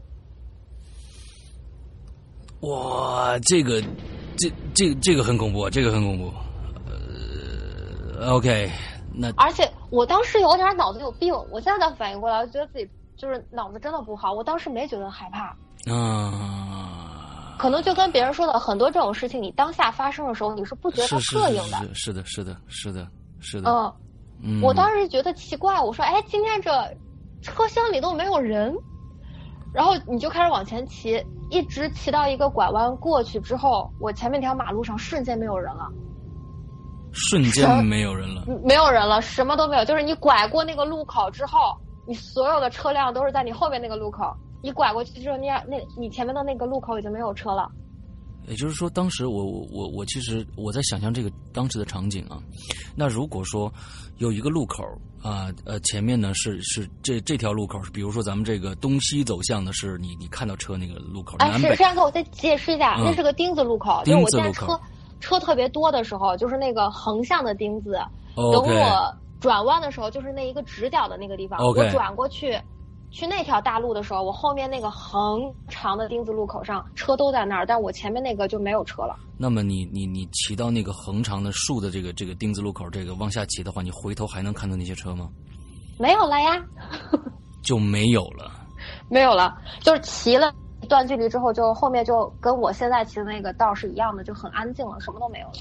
Speaker 1: 哇，这个，这这这个很恐怖，这个很恐怖。呃 ，OK， 那
Speaker 2: 而且我当时有点脑子有病，我现在才反应过来，我觉得自己就是脑子真的不好。我当时没觉得害怕。
Speaker 1: 啊。
Speaker 2: 可能就跟别人说的，很多这种事情，你当下发生的时候，你是不觉得它膈应的。
Speaker 1: 是的，是的，是的，是的。
Speaker 2: 嗯，嗯，我当时觉得奇怪，我说，哎，今天这车厢里都没有人，然后你就开始往前骑，一直骑到一个拐弯过去之后，我前面条马路上瞬间没有人了。
Speaker 1: 瞬间没有人了。
Speaker 2: 没有人了，什么都没有，就是你拐过那个路口之后，你所有的车辆都是在你后面那个路口。你拐过去之后，你那你前面的那个路口已经没有车了。
Speaker 1: 也就是说，当时我我我其实我在想象这个当时的场景啊。那如果说有一个路口啊，呃，前面呢是是这这条路口，比如说咱们这个东西走向的是你你看到车那个路口。
Speaker 2: 哎，是这样，我再解释一下，
Speaker 1: 嗯、
Speaker 2: 那是个丁字路口，
Speaker 1: 丁字
Speaker 2: 就是我现在车车特别多的时候，就是那个横向的丁字。
Speaker 1: Okay.
Speaker 2: 等我转弯的时候，就是那一个直角的那个地方。
Speaker 1: Okay.
Speaker 2: 我转过去。去那条大路的时候，我后面那个横长的丁字路口上车都在那儿，但我前面那个就没有车了。
Speaker 1: 那么你你你骑到那个横长的竖的这个这个丁字路口，这个往下骑的话，你回头还能看到那些车吗？
Speaker 2: 没有了呀。
Speaker 1: 就没有了。
Speaker 2: 没有了，就是骑了一段距离之后，就后面就跟我现在骑的那个道是一样的，就很安静了，什么都没有了。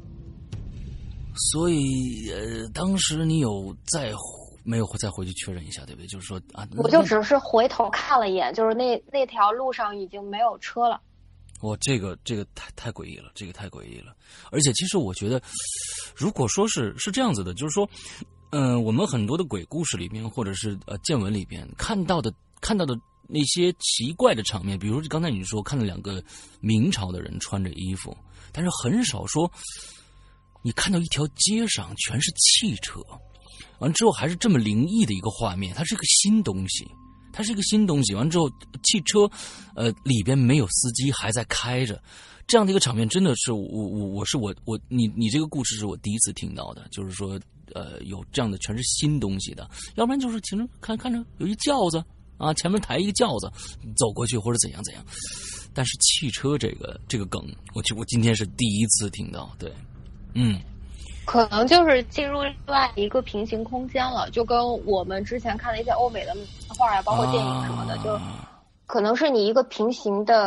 Speaker 1: 所以呃，当时你有在。没有再回去确认一下，对不对？就是说啊，
Speaker 2: 我就只是回头看了一眼，就是那那条路上已经没有车了。
Speaker 1: 哇，这个这个太太诡异了，这个太诡异了。而且其实我觉得，如果说是是这样子的，就是说，嗯、呃，我们很多的鬼故事里面，或者是呃见闻里边看到的看到的那些奇怪的场面，比如刚才你说看了两个明朝的人穿着衣服，但是很少说你看到一条街上全是汽车。完之后还是这么灵异的一个画面，它是一个新东西，它是一个新东西。完之后，汽车，呃，里边没有司机，还在开着，这样的一个场面，真的是我我我是我我你你这个故事是我第一次听到的，就是说，呃，有这样的全是新东西的，要不然就是其实看看着有一轿子啊，前面抬一个轿子走过去或者怎样怎样，但是汽车这个这个梗，我我今天是第一次听到，对，嗯。
Speaker 2: 可能就是进入另外一个平行空间了，就跟我们之前看的一些欧美的漫画啊，包括电影什么的，啊、就可能是你一个平行的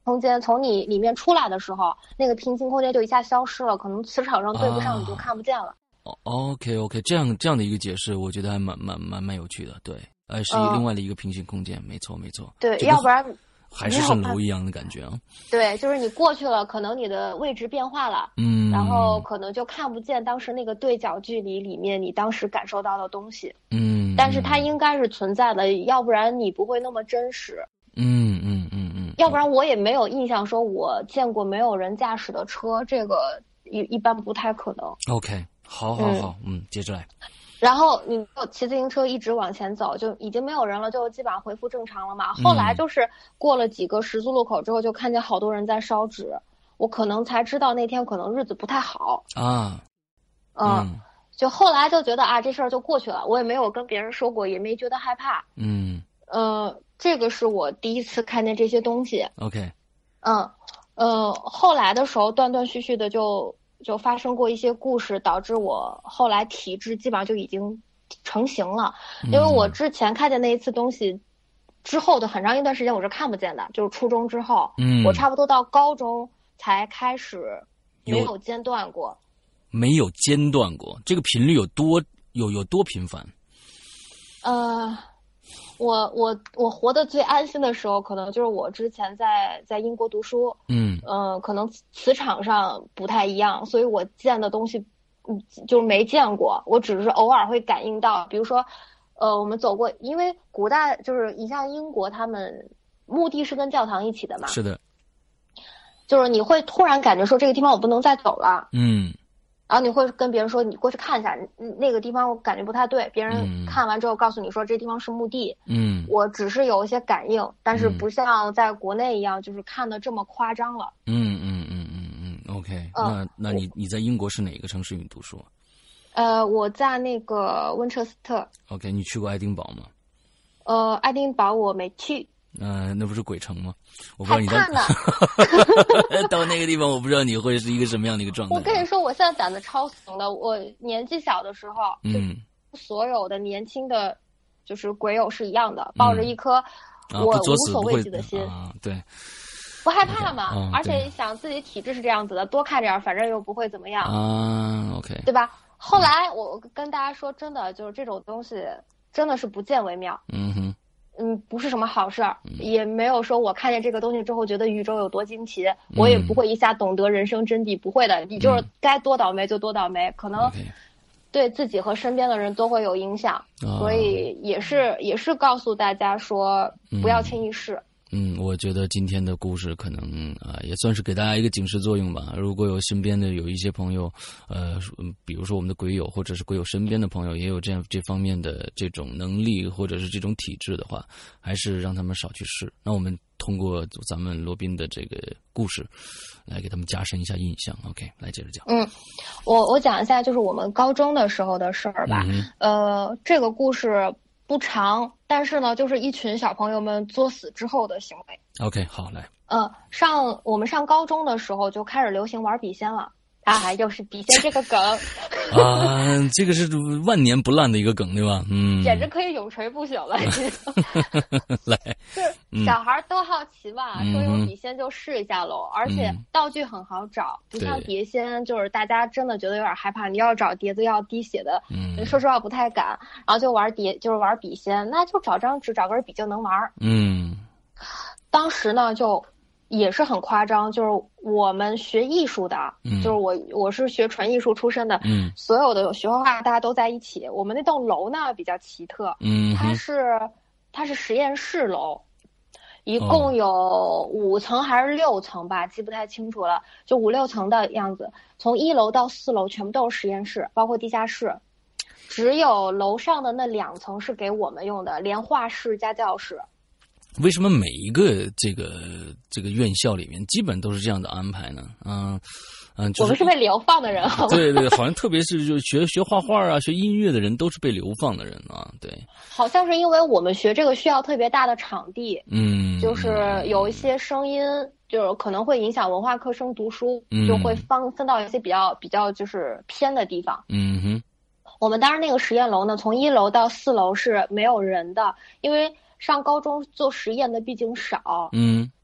Speaker 2: 空间从你里面出来的时候，那个平行空间就一下消失了，可能磁场上对不上，你就看不见了。
Speaker 1: 哦 ，OK OK， 这样这样的一个解释，我觉得还蛮蛮蛮蛮有趣的。对，呃，是另外的一个平行空间，没错没错。
Speaker 2: 对，要不然
Speaker 1: 还是蜃楼一样的感觉啊。
Speaker 2: 对，就是你过去了，可能你的位置变化了，
Speaker 1: 嗯，
Speaker 2: 然后可能就看不见当时那个对角距离里面你当时感受到的东西。
Speaker 1: 嗯，
Speaker 2: 但是它应该是存在的，要不然你不会那么真实。
Speaker 1: 嗯嗯嗯嗯，
Speaker 2: 要不然我也没有印象说我见过没有人驾驶的车，这个一一般不太可能。
Speaker 1: OK， 好好好，嗯，嗯接着来。
Speaker 2: 然后你骑自行车一直往前走，就已经没有人了，就基本上恢复正常了嘛。后来就是过了几个十字路口之后，就看见好多人在烧纸，我可能才知道那天可能日子不太好
Speaker 1: 啊。
Speaker 2: 嗯，嗯就后来就觉得啊，这事儿就过去了，我也没有跟别人说过，也没觉得害怕。
Speaker 1: 嗯，
Speaker 2: 呃，这个是我第一次看见这些东西。
Speaker 1: OK，
Speaker 2: 嗯，呃，后来的时候断断续续的就就发生过一些故事，导致我后来体质基本上就已经成型了。因为我之前看见那一次东西之后的很长一段时间我是看不见的，就是初中之后，
Speaker 1: 嗯，
Speaker 2: 我差不多到高中才开始没有间断过。
Speaker 1: 没有间断过，这个频率有多有有多频繁？
Speaker 2: 呃，我我我活得最安心的时候，可能就是我之前在在英国读书，
Speaker 1: 嗯，
Speaker 2: 呃，可能磁场上不太一样，所以我见的东西，嗯，就没见过，我只是偶尔会感应到，比如说，呃，我们走过，因为古代就是你像英国，他们墓地是跟教堂一起的嘛，
Speaker 1: 是的，
Speaker 2: 就是你会突然感觉说这个地方我不能再走了，
Speaker 1: 嗯。
Speaker 2: 然后你会跟别人说你过去看一下，那个地方我感觉不太对，别人看完之后告诉你说这地方是墓地。
Speaker 1: 嗯，
Speaker 2: 我只是有一些感应，但是不像在国内一样就是看得这么夸张了。
Speaker 1: 嗯嗯嗯嗯嗯 OK，
Speaker 2: 嗯，
Speaker 1: 那那你你在英国是哪个城市你读书？
Speaker 2: 呃，我在那个温彻斯特。
Speaker 1: OK， 你去过爱丁堡吗？
Speaker 2: 呃，爱丁堡我没去。
Speaker 1: 呃，那不是鬼城吗？我不知道你
Speaker 2: 害怕呢。
Speaker 1: 到那个地方，我不知道你会是一个什么样的一个状态。
Speaker 2: 我跟你说，我现在胆子超怂的。我年纪小的时候，
Speaker 1: 嗯，
Speaker 2: 所有的年轻的，就是鬼友是一样的，抱着一颗我无所畏惧的心。
Speaker 1: 嗯、啊，对，
Speaker 2: 不害怕嘛，
Speaker 1: 啊、
Speaker 2: 而且想自己体质是这样子的，多看点，反正又不会怎么样
Speaker 1: 啊。OK，
Speaker 2: 对吧？后来我跟大家说，真的就是这种东西，真的是不见为妙。
Speaker 1: 嗯哼。
Speaker 2: 嗯，不是什么好事儿，也没有说我看见这个东西之后觉得宇宙有多惊奇，我也不会一下懂得人生真谛，不会的，你就是该多倒霉就多倒霉，可能对自己和身边的人都会有影响，所以也是也是告诉大家说不要轻易试。
Speaker 1: 嗯，我觉得今天的故事可能啊、呃，也算是给大家一个警示作用吧。如果有身边的有一些朋友，呃，比如说我们的鬼友，或者是鬼友身边的朋友，也有这样这方面的这种能力或者是这种体质的话，还是让他们少去试。那我们通过咱们罗宾的这个故事，来给他们加深一下印象。OK， 来接着讲。
Speaker 2: 嗯，我我讲一下就是我们高中的时候的事儿吧。
Speaker 1: 嗯、
Speaker 2: 呃，这个故事不长，但是呢，就是一群小朋友们作死之后的行为。
Speaker 1: OK， 好，来。
Speaker 2: 呃，上我们上高中的时候就开始流行玩笔仙了。啊，又是笔仙这个梗
Speaker 1: 啊，这个是万年不烂的一个梗，对吧？嗯，
Speaker 2: 简直可以永垂不朽了。
Speaker 1: 来，
Speaker 2: 就是小孩都好奇嘛，嗯、说有笔仙就试一下喽。嗯、而且道具很好找，不像碟仙，就是大家真的觉得有点害怕，你要找碟子要滴血的，嗯，说实话不太敢。然后就玩碟，就是玩笔仙，那就找张纸，找根笔就能玩。
Speaker 1: 嗯，
Speaker 2: 当时呢就。也是很夸张，就是我们学艺术的，嗯、就是我我是学纯艺术出身的，
Speaker 1: 嗯，
Speaker 2: 所有的学画画大家都在一起。我们那栋楼呢比较奇特，
Speaker 1: 嗯，
Speaker 2: 它是它是实验室楼，一共有五层还是六层吧，记不太清楚了，就五六层的样子。从一楼到四楼全部都是实验室，包括地下室，只有楼上的那两层是给我们用的，连画室加教室。
Speaker 1: 为什么每一个这个这个院校里面基本都是这样的安排呢？嗯嗯，就是、
Speaker 2: 我们是被流放的人，好吧？
Speaker 1: 对对，好像特别是就学学画画啊、学音乐的人都是被流放的人啊。对，
Speaker 2: 好像是因为我们学这个需要特别大的场地，
Speaker 1: 嗯，
Speaker 2: 就是有一些声音，就是可能会影响文化课生读书，
Speaker 1: 嗯、
Speaker 2: 就会分分到一些比较比较就是偏的地方。
Speaker 1: 嗯哼，
Speaker 2: 我们当时那个实验楼呢，从一楼到四楼是没有人的，因为上高中做实验的毕竟少，
Speaker 1: 嗯，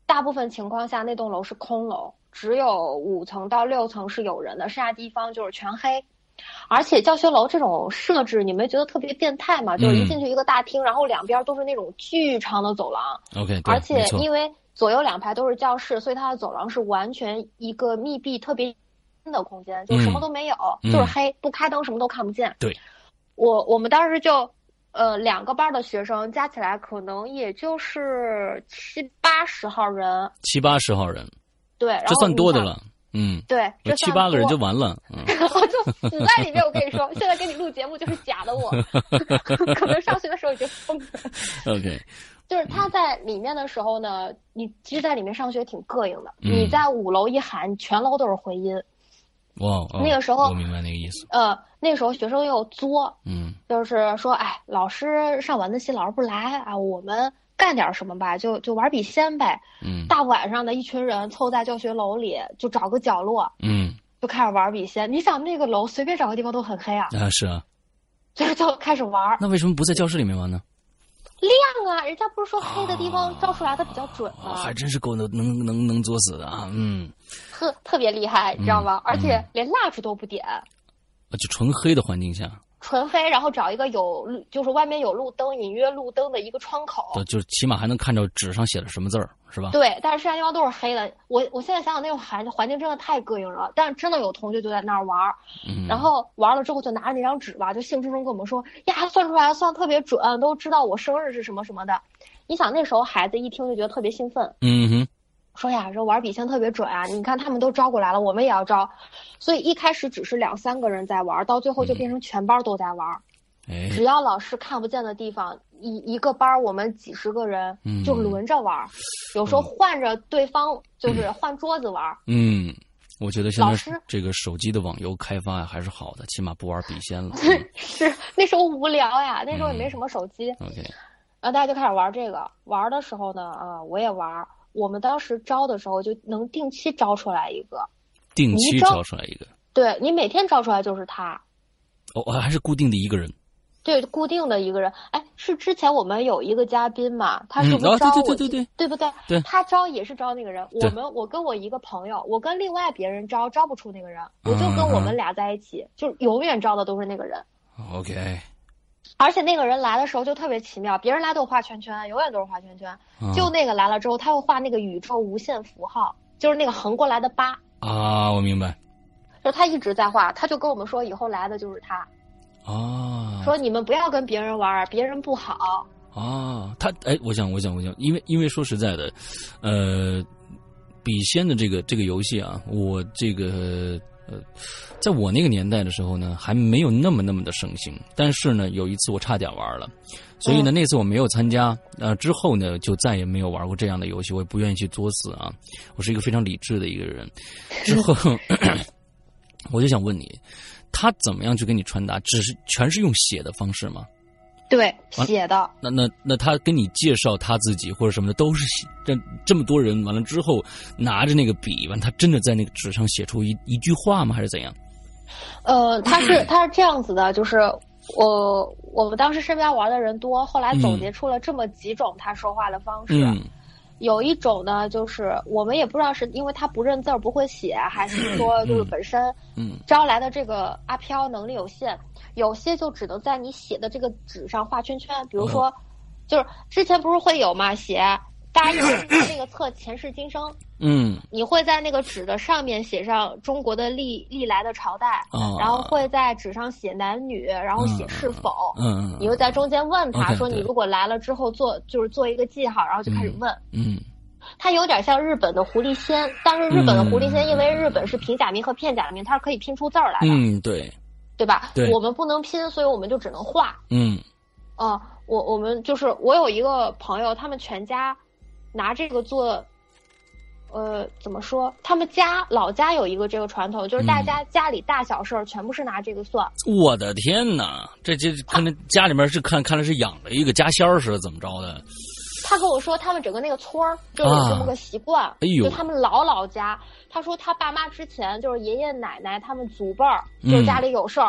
Speaker 2: 大部分情况下那栋楼是空楼，只有五层到六层是有人的，剩下地方就是全黑。而且教学楼这种设置，你们觉得特别变态吗？就是一进去一个大厅，然后两边都是那种巨长的走廊。
Speaker 1: OK，
Speaker 2: 而且因为左右两排都是教室，所以它的走廊是完全一个密闭、特别的空间，就什么都没有，
Speaker 1: 嗯、
Speaker 2: 就是黑，不开灯什么都看不见。
Speaker 1: 对，
Speaker 2: 我我们当时就。呃，两个班的学生加起来可能也就是七八十号人，
Speaker 1: 七八十号人，
Speaker 2: 对，
Speaker 1: 这算多的了，嗯，
Speaker 2: 对，这
Speaker 1: 七八个人就完了，
Speaker 2: 嗯、然后就死在里面。我跟你说，现在给你录节目就是假的我，可能上学的时候已经疯了。
Speaker 1: OK，
Speaker 2: 就是他在里面的时候呢，你其实在里面上学挺膈应的，
Speaker 1: 嗯、
Speaker 2: 你在五楼一喊，全楼都是回音。
Speaker 1: 哇、哦，
Speaker 2: 那个时候
Speaker 1: 我明白那个意思。
Speaker 2: 呃，那个时候学生又作，
Speaker 1: 嗯，
Speaker 2: 就是说，哎，老师上晚自习，老师不来啊，我们干点什么吧，就就玩笔仙呗。
Speaker 1: 嗯，
Speaker 2: 大晚上的一群人凑在教学楼里，就找个角落，
Speaker 1: 嗯，
Speaker 2: 就开始玩笔仙。你想那个楼随便找个地方都很黑啊。
Speaker 1: 啊，是啊。
Speaker 2: 就就开始玩。
Speaker 1: 那为什么不在教室里面玩呢？
Speaker 2: 亮啊！人家不是说黑的地方照出来的比较准吗？
Speaker 1: 啊、还真是够能能能能作死的啊！嗯，
Speaker 2: 特特别厉害，你知道吗？
Speaker 1: 嗯、
Speaker 2: 而且连蜡烛都不点，
Speaker 1: 就纯黑的环境下，
Speaker 2: 纯黑，然后找一个有就是外面有路灯，隐约路灯的一个窗口，
Speaker 1: 对，就是起码还能看着纸上写的什么字儿，是吧？
Speaker 2: 对，但是剩下地方都是黑的。我我现在想想那种环环境真的太膈应了，但是真的有同学就在那儿玩，
Speaker 1: 嗯，
Speaker 2: 然后玩了之后就拿着那张纸吧，就兴冲冲跟我们说呀，算出来算特别准，都知道我生日是什么什么的。你想那时候孩子一听就觉得特别兴奋，
Speaker 1: 嗯哼，
Speaker 2: 说呀，这玩笔仙特别准啊！你看他们都招过来了，我们也要招。所以一开始只是两三个人在玩，到最后就变成全班都在玩。
Speaker 1: 哎，
Speaker 2: 只要老师看不见的地方，一一个班我们几十个人就轮着玩，嗯、有时候换着对方就是换桌子玩。
Speaker 1: 嗯，我觉得现在这个手机的网游开发呀还是好的，起码不玩笔仙了。
Speaker 2: 嗯、是那时候无聊呀，那时候也没什么手机。
Speaker 1: 嗯、OK，
Speaker 2: 然后大家就开始玩这个。玩的时候呢，啊，我也玩。我们当时招的时候就能定期招出来一个，
Speaker 1: 定期招出来一个，
Speaker 2: 对你每天招出来就是他。
Speaker 1: 哦，还是固定的一个人。
Speaker 2: 对，固定的一个人。哎，是之前我们有一个嘉宾嘛，他是不是招我、
Speaker 1: 嗯哦、对对对对对，
Speaker 2: 对不对？
Speaker 1: 对，
Speaker 2: 他招也是招那个人。我们我跟我一个朋友，我跟另外别人招招不出那个人，我就跟我们俩在一起，嗯、就永远招的都是那个人。
Speaker 1: OK。
Speaker 2: 而且那个人来的时候就特别奇妙，别人来都画圈圈，永远都是画圈圈，
Speaker 1: 嗯、
Speaker 2: 就那个来了之后，他会画那个宇宙无限符号，就是那个横过来的八。
Speaker 1: 啊，我明白。
Speaker 2: 就他一直在画，他就跟我们说，以后来的就是他。
Speaker 1: 啊，
Speaker 2: 说你们不要跟别人玩，别人不好。
Speaker 1: 啊，他哎，我想，我想，我想，因为因为说实在的，呃，笔仙的这个这个游戏啊，我这个呃，在我那个年代的时候呢，还没有那么那么的盛行。但是呢，有一次我差点玩了，所以呢，那次我没有参加。呃，之后呢，就再也没有玩过这样的游戏，我也不愿意去作死啊。我是一个非常理智的一个人。之后，我就想问你。他怎么样去跟你传达？只是全是用写的方式吗？
Speaker 2: 对，写的。
Speaker 1: 那那那他跟你介绍他自己或者什么的，都是写这这么多人完了之后，拿着那个笔，完他真的在那个纸上写出一一句话吗？还是怎样？
Speaker 2: 呃，他是他是这样子的，就是我我们当时身边玩的人多，后来总结出了这么几种他说话的方式。
Speaker 1: 嗯。
Speaker 2: 有一种呢，就是我们也不知道是因为他不认字儿不会写，还是说就是本身
Speaker 1: 嗯
Speaker 2: 招来的这个阿飘能力有限，有些就只能在你写的这个纸上画圈圈。比如说，就是之前不是会有嘛，写大家一起那个测前世今生，
Speaker 1: 嗯，
Speaker 2: 你会在那个纸的上面写上中国的历历来的朝代，
Speaker 1: 哦、
Speaker 2: 然后会在纸上写男女，然后写是否，
Speaker 1: 嗯，
Speaker 2: 你又在中间问他、
Speaker 1: 嗯、
Speaker 2: 说你如果来了之后做就是做一个记号，然后就开始问，
Speaker 1: 嗯。嗯
Speaker 2: 它有点像日本的狐狸仙，但是日本的狐狸仙因为日本是平假名和片假名，它是可以拼出字儿来的。
Speaker 1: 嗯，对，
Speaker 2: 对吧？
Speaker 1: 对，
Speaker 2: 我们不能拼，所以我们就只能画。
Speaker 1: 嗯，
Speaker 2: 哦、呃，我我们就是我有一个朋友，他们全家拿这个做，呃，怎么说？他们家老家有一个这个传统，就是大家家里大小事儿全部是拿这个算。
Speaker 1: 嗯、我的天哪，这这看着家里面是看看来是养了一个家仙儿似的，怎么着的？
Speaker 2: 他跟我说，他们整个那个村儿就有这么个习惯，
Speaker 1: 啊、哎呦，
Speaker 2: 就他们老老家。他说他爸妈之前就是爷爷奶奶他们祖辈儿，就是家里有事儿，
Speaker 1: 嗯、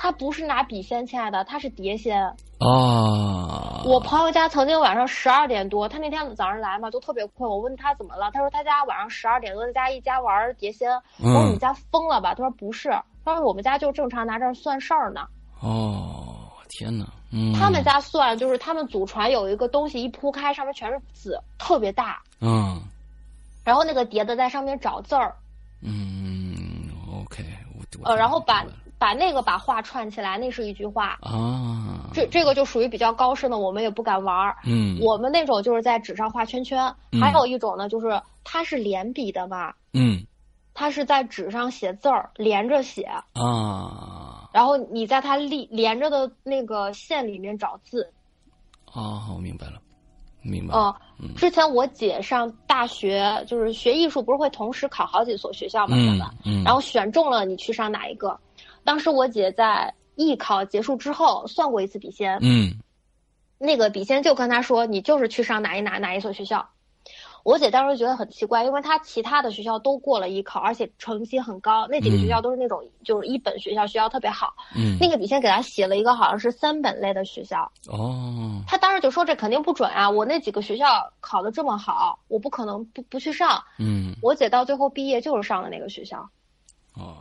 Speaker 2: 他不是拿笔仙掐的，他是碟仙。
Speaker 1: 啊！
Speaker 2: 我朋友家曾经晚上十二点多，他那天早上来嘛，就特别困。我问他怎么了，他说他家晚上十二点多在家一家玩碟仙。我说你家疯了吧？他说不是，他说我们家就正常拿这儿算事儿呢。
Speaker 1: 哦，天哪！嗯，
Speaker 2: 他们家算就是他们祖传有一个东西一铺开，上面全是字，特别大。
Speaker 1: 嗯，
Speaker 2: 然后那个碟子在上面找字儿。
Speaker 1: 嗯 ，OK， 我
Speaker 2: 呃，然后把。把那个把话串起来，那是一句话
Speaker 1: 啊。
Speaker 2: 这这个就属于比较高深的，我们也不敢玩。
Speaker 1: 嗯，
Speaker 2: 我们那种就是在纸上画圈圈，嗯、还有一种呢，就是它是连笔的嘛。嗯，它是在纸上写字儿，连着写
Speaker 1: 啊。
Speaker 2: 然后你在它连连着的那个线里面找字。
Speaker 1: 啊，我明白了，明白了。
Speaker 2: 嗯，之前我姐上大学，就是学艺术，不是会同时考好几所学校嘛，对吧？嗯，然后选中了你去上哪一个。当时我姐在艺考结束之后算过一次笔仙，嗯，那个笔仙就跟她说你就是去上哪一哪哪一所学校。我姐当时觉得很奇怪，因为她其他的学校都过了艺考，而且成绩很高，那几个学校都是那种就是一本学校，学校特别好。嗯，那个笔仙给她写了一个好像是三本类的学校。哦，她当时就说这肯定不准啊，我那几个学校考得这么好，我不可能不不去上。嗯，我姐到最后毕业就是上了那个学校。
Speaker 1: 哦。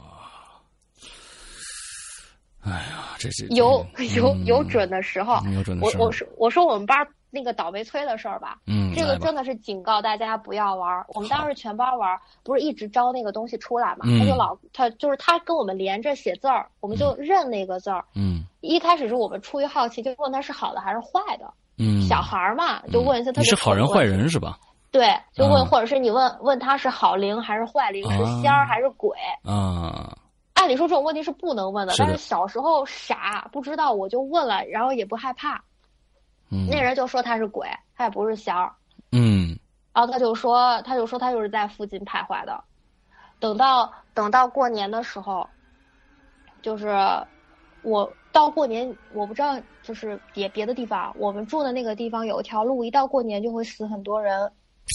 Speaker 1: 哎呀，这是
Speaker 2: 有有有准的时候，
Speaker 1: 有准的时候。
Speaker 2: 我我说我说我们班那个倒霉催的事儿吧，嗯，这个真的是警告大家不要玩。我们当时全班玩，不是一直招那个东西出来嘛，他就老他就是他跟我们连着写字儿，我们就认那个字儿。嗯，一开始是我们出于好奇，就问他是好的还是坏的。嗯，小孩嘛，就问一些特别。
Speaker 1: 你是好人坏人是吧？
Speaker 2: 对，就问，或者是你问问他是好灵还是坏灵，是仙儿还是鬼啊？按理说这种问题是不能问的，
Speaker 1: 是的
Speaker 2: 但是小时候傻不知道，我就问了，然后也不害怕。嗯，那人就说他是鬼，他也不是仙儿。嗯，然后他就说，他就说他就是在附近徘徊的。等到等到过年的时候，就是我到过年，我不知道就是别别的地方，我们住的那个地方有一条路，一到过年就会死很多人。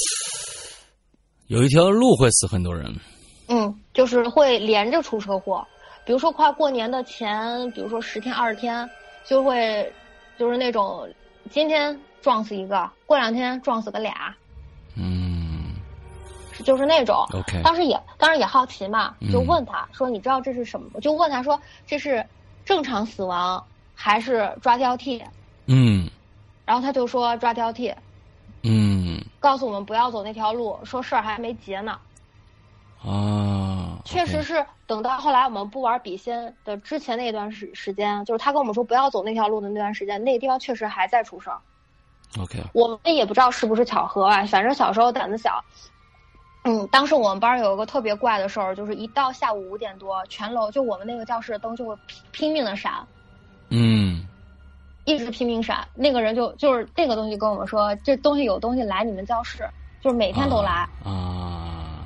Speaker 1: 有一条路会死很多人。
Speaker 2: 嗯，就是会连着出车祸，比如说快过年的前，比如说十天二十天，就会就是那种今天撞死一个，过两天撞死个俩，嗯，就是那种。
Speaker 1: OK，
Speaker 2: 当时也当时也好奇嘛，就问他、嗯、说你知道这是什么？就问他说这是正常死亡还是抓交替？嗯，然后他就说抓交替，嗯，告诉我们不要走那条路，说事儿还没结呢。
Speaker 1: 啊，
Speaker 2: 确实是等到后来我们不玩笔仙的之前那段时时间，就是他跟我们说不要走那条路的那段时间，那个地方确实还在出事儿。
Speaker 1: OK，
Speaker 2: 我们也不知道是不是巧合啊，反正小时候胆子小。嗯，当时我们班有一个特别怪的事儿，就是一到下午五点多，全楼就我们那个教室的灯就会拼拼命的闪，嗯，一直拼命闪。那个人就就是那个东西跟我们说，这东西有东西来你们教室，就是每天都来
Speaker 1: 啊。啊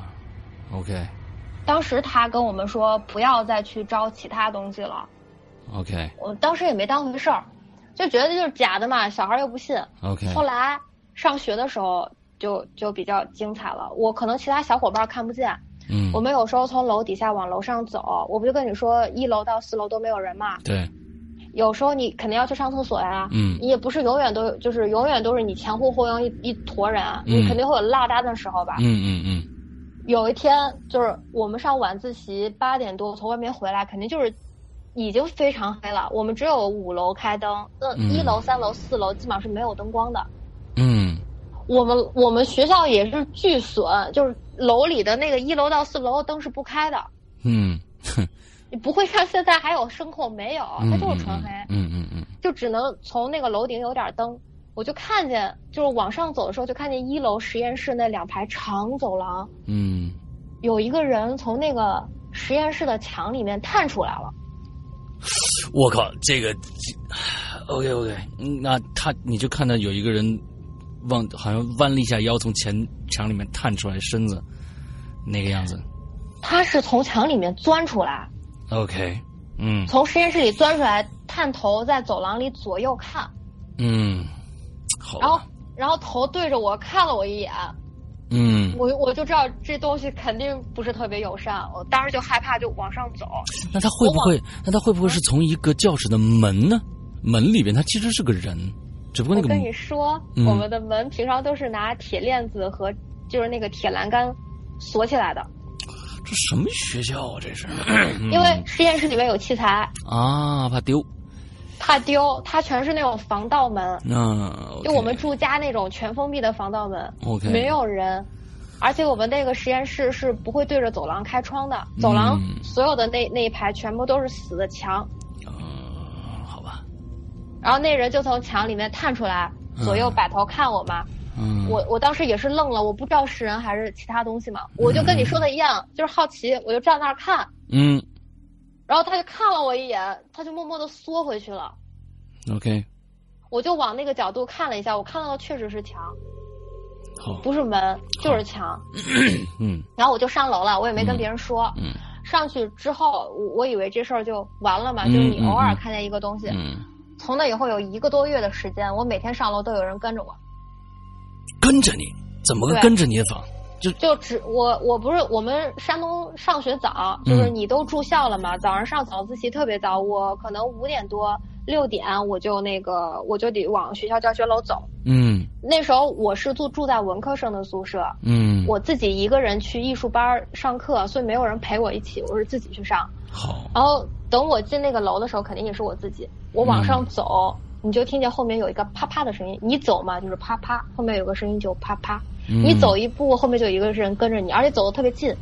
Speaker 1: OK，
Speaker 2: 当时他跟我们说不要再去招其他东西了。
Speaker 1: OK，
Speaker 2: 我当时也没当回事儿，就觉得就是假的嘛，小孩又不信。
Speaker 1: OK，
Speaker 2: 后来上学的时候就就比较精彩了，我可能其他小伙伴看不见。嗯，我们有时候从楼底下往楼上走，我不就跟你说一楼到四楼都没有人嘛。
Speaker 1: 对。
Speaker 2: 有时候你肯定要去上厕所呀，嗯，你也不是永远都就是永远都是你前呼后拥一一坨人，嗯、你肯定会有落单的时候吧。
Speaker 1: 嗯嗯嗯。
Speaker 2: 有一天就是我们上晚自习八点多从外面回来，肯定就是已经非常黑了。我们只有五楼开灯，那一楼、三楼、四楼基本上是没有灯光的。嗯，我们我们学校也是巨损，就是楼里的那个一楼到四楼灯是不开的。嗯，你不会像现在还有声控，没有，它就是纯黑。嗯嗯嗯，就只能从那个楼顶有点灯。我就看见，就是往上走的时候，就看见一楼实验室那两排长走廊，嗯，有一个人从那个实验室的墙里面探出来了。
Speaker 1: 我靠，这个 ，OK OK， 那他你就看到有一个人往好像弯了一下腰，从前墙里面探出来身子，那个样子。
Speaker 2: 他是从墙里面钻出来。
Speaker 1: OK， 嗯，
Speaker 2: 从实验室里钻出来，探头在走廊里左右看。
Speaker 1: 嗯。
Speaker 2: 然后，然后头对着我看了我一眼，
Speaker 1: 嗯，
Speaker 2: 我我就知道这东西肯定不是特别友善，我当时就害怕，就往上走。
Speaker 1: 那他会不会？那他会不会是从一个教室的门呢？门里边他其实是个人，只不过那个。
Speaker 2: 我跟你说，
Speaker 1: 嗯、
Speaker 2: 我们的门平常都是拿铁链子和就是那个铁栏杆锁起来的。
Speaker 1: 这什么学校啊？这是？
Speaker 2: 因为实验室里面有器材
Speaker 1: 啊，怕丢。
Speaker 2: 怕丢，它全是那种防盗门。
Speaker 1: 嗯、
Speaker 2: okay ，就我们住家那种全封闭的防盗门。
Speaker 1: OK，
Speaker 2: 没有人，而且我们那个实验室是不会对着走廊开窗的，走廊所有的那那一排全部都是死的墙。
Speaker 1: 嗯、呃，好吧。
Speaker 2: 然后那人就从墙里面探出来，左右摆头看我嘛。
Speaker 1: 嗯，
Speaker 2: 我我当时也是愣了，我不知道是人还是其他东西嘛，我就跟你说的一样，嗯、就是好奇，我就站那儿看。
Speaker 1: 嗯。
Speaker 2: 然后他就看了我一眼，他就默默地缩回去了。
Speaker 1: OK，
Speaker 2: 我就往那个角度看了一下，我看到的确实是墙，
Speaker 1: 好，
Speaker 2: 不是门就是墙。
Speaker 1: 嗯，
Speaker 2: 然后我就上楼了，我也没跟别人说。
Speaker 1: 嗯，
Speaker 2: 上去之后，我我以为这事儿就完了嘛，嗯、就是你偶尔看见一个东西。
Speaker 1: 嗯，
Speaker 2: 从那以后有一个多月的时间，我每天上楼都有人跟着我。
Speaker 1: 跟着你？怎么个跟着你法？就
Speaker 2: 就只我我不是我们山东上学早，就是你都住校了嘛，嗯、早上上早自习特别早，我可能五点多六点我就那个我就得往学校教学楼走。
Speaker 1: 嗯，
Speaker 2: 那时候我是住住在文科生的宿舍，
Speaker 1: 嗯，我
Speaker 2: 自己一个人去艺术班上课，所以没有人陪我一起，我是自己去上。
Speaker 1: 好，
Speaker 2: 然后等我进那个楼的时候，肯定也是我自己，我往上走，嗯、你就听见后面有一个啪啪的声音，你走嘛就是啪啪，后面有个声音就啪啪。
Speaker 1: 嗯、
Speaker 2: 你走一步，后面就有一个人跟着你，而且走得特别近。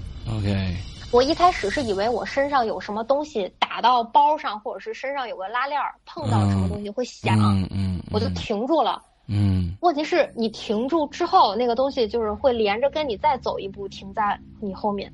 Speaker 1: OK，
Speaker 2: 我一开始是以为我身上有什么东西打到包上，或者是身上有个拉链碰到什么东西会响，
Speaker 1: 嗯嗯嗯、
Speaker 2: 我就停住了。
Speaker 1: 嗯，
Speaker 2: 问题是你停住之后，那个东西就是会连着跟你再走一步，停在你后面。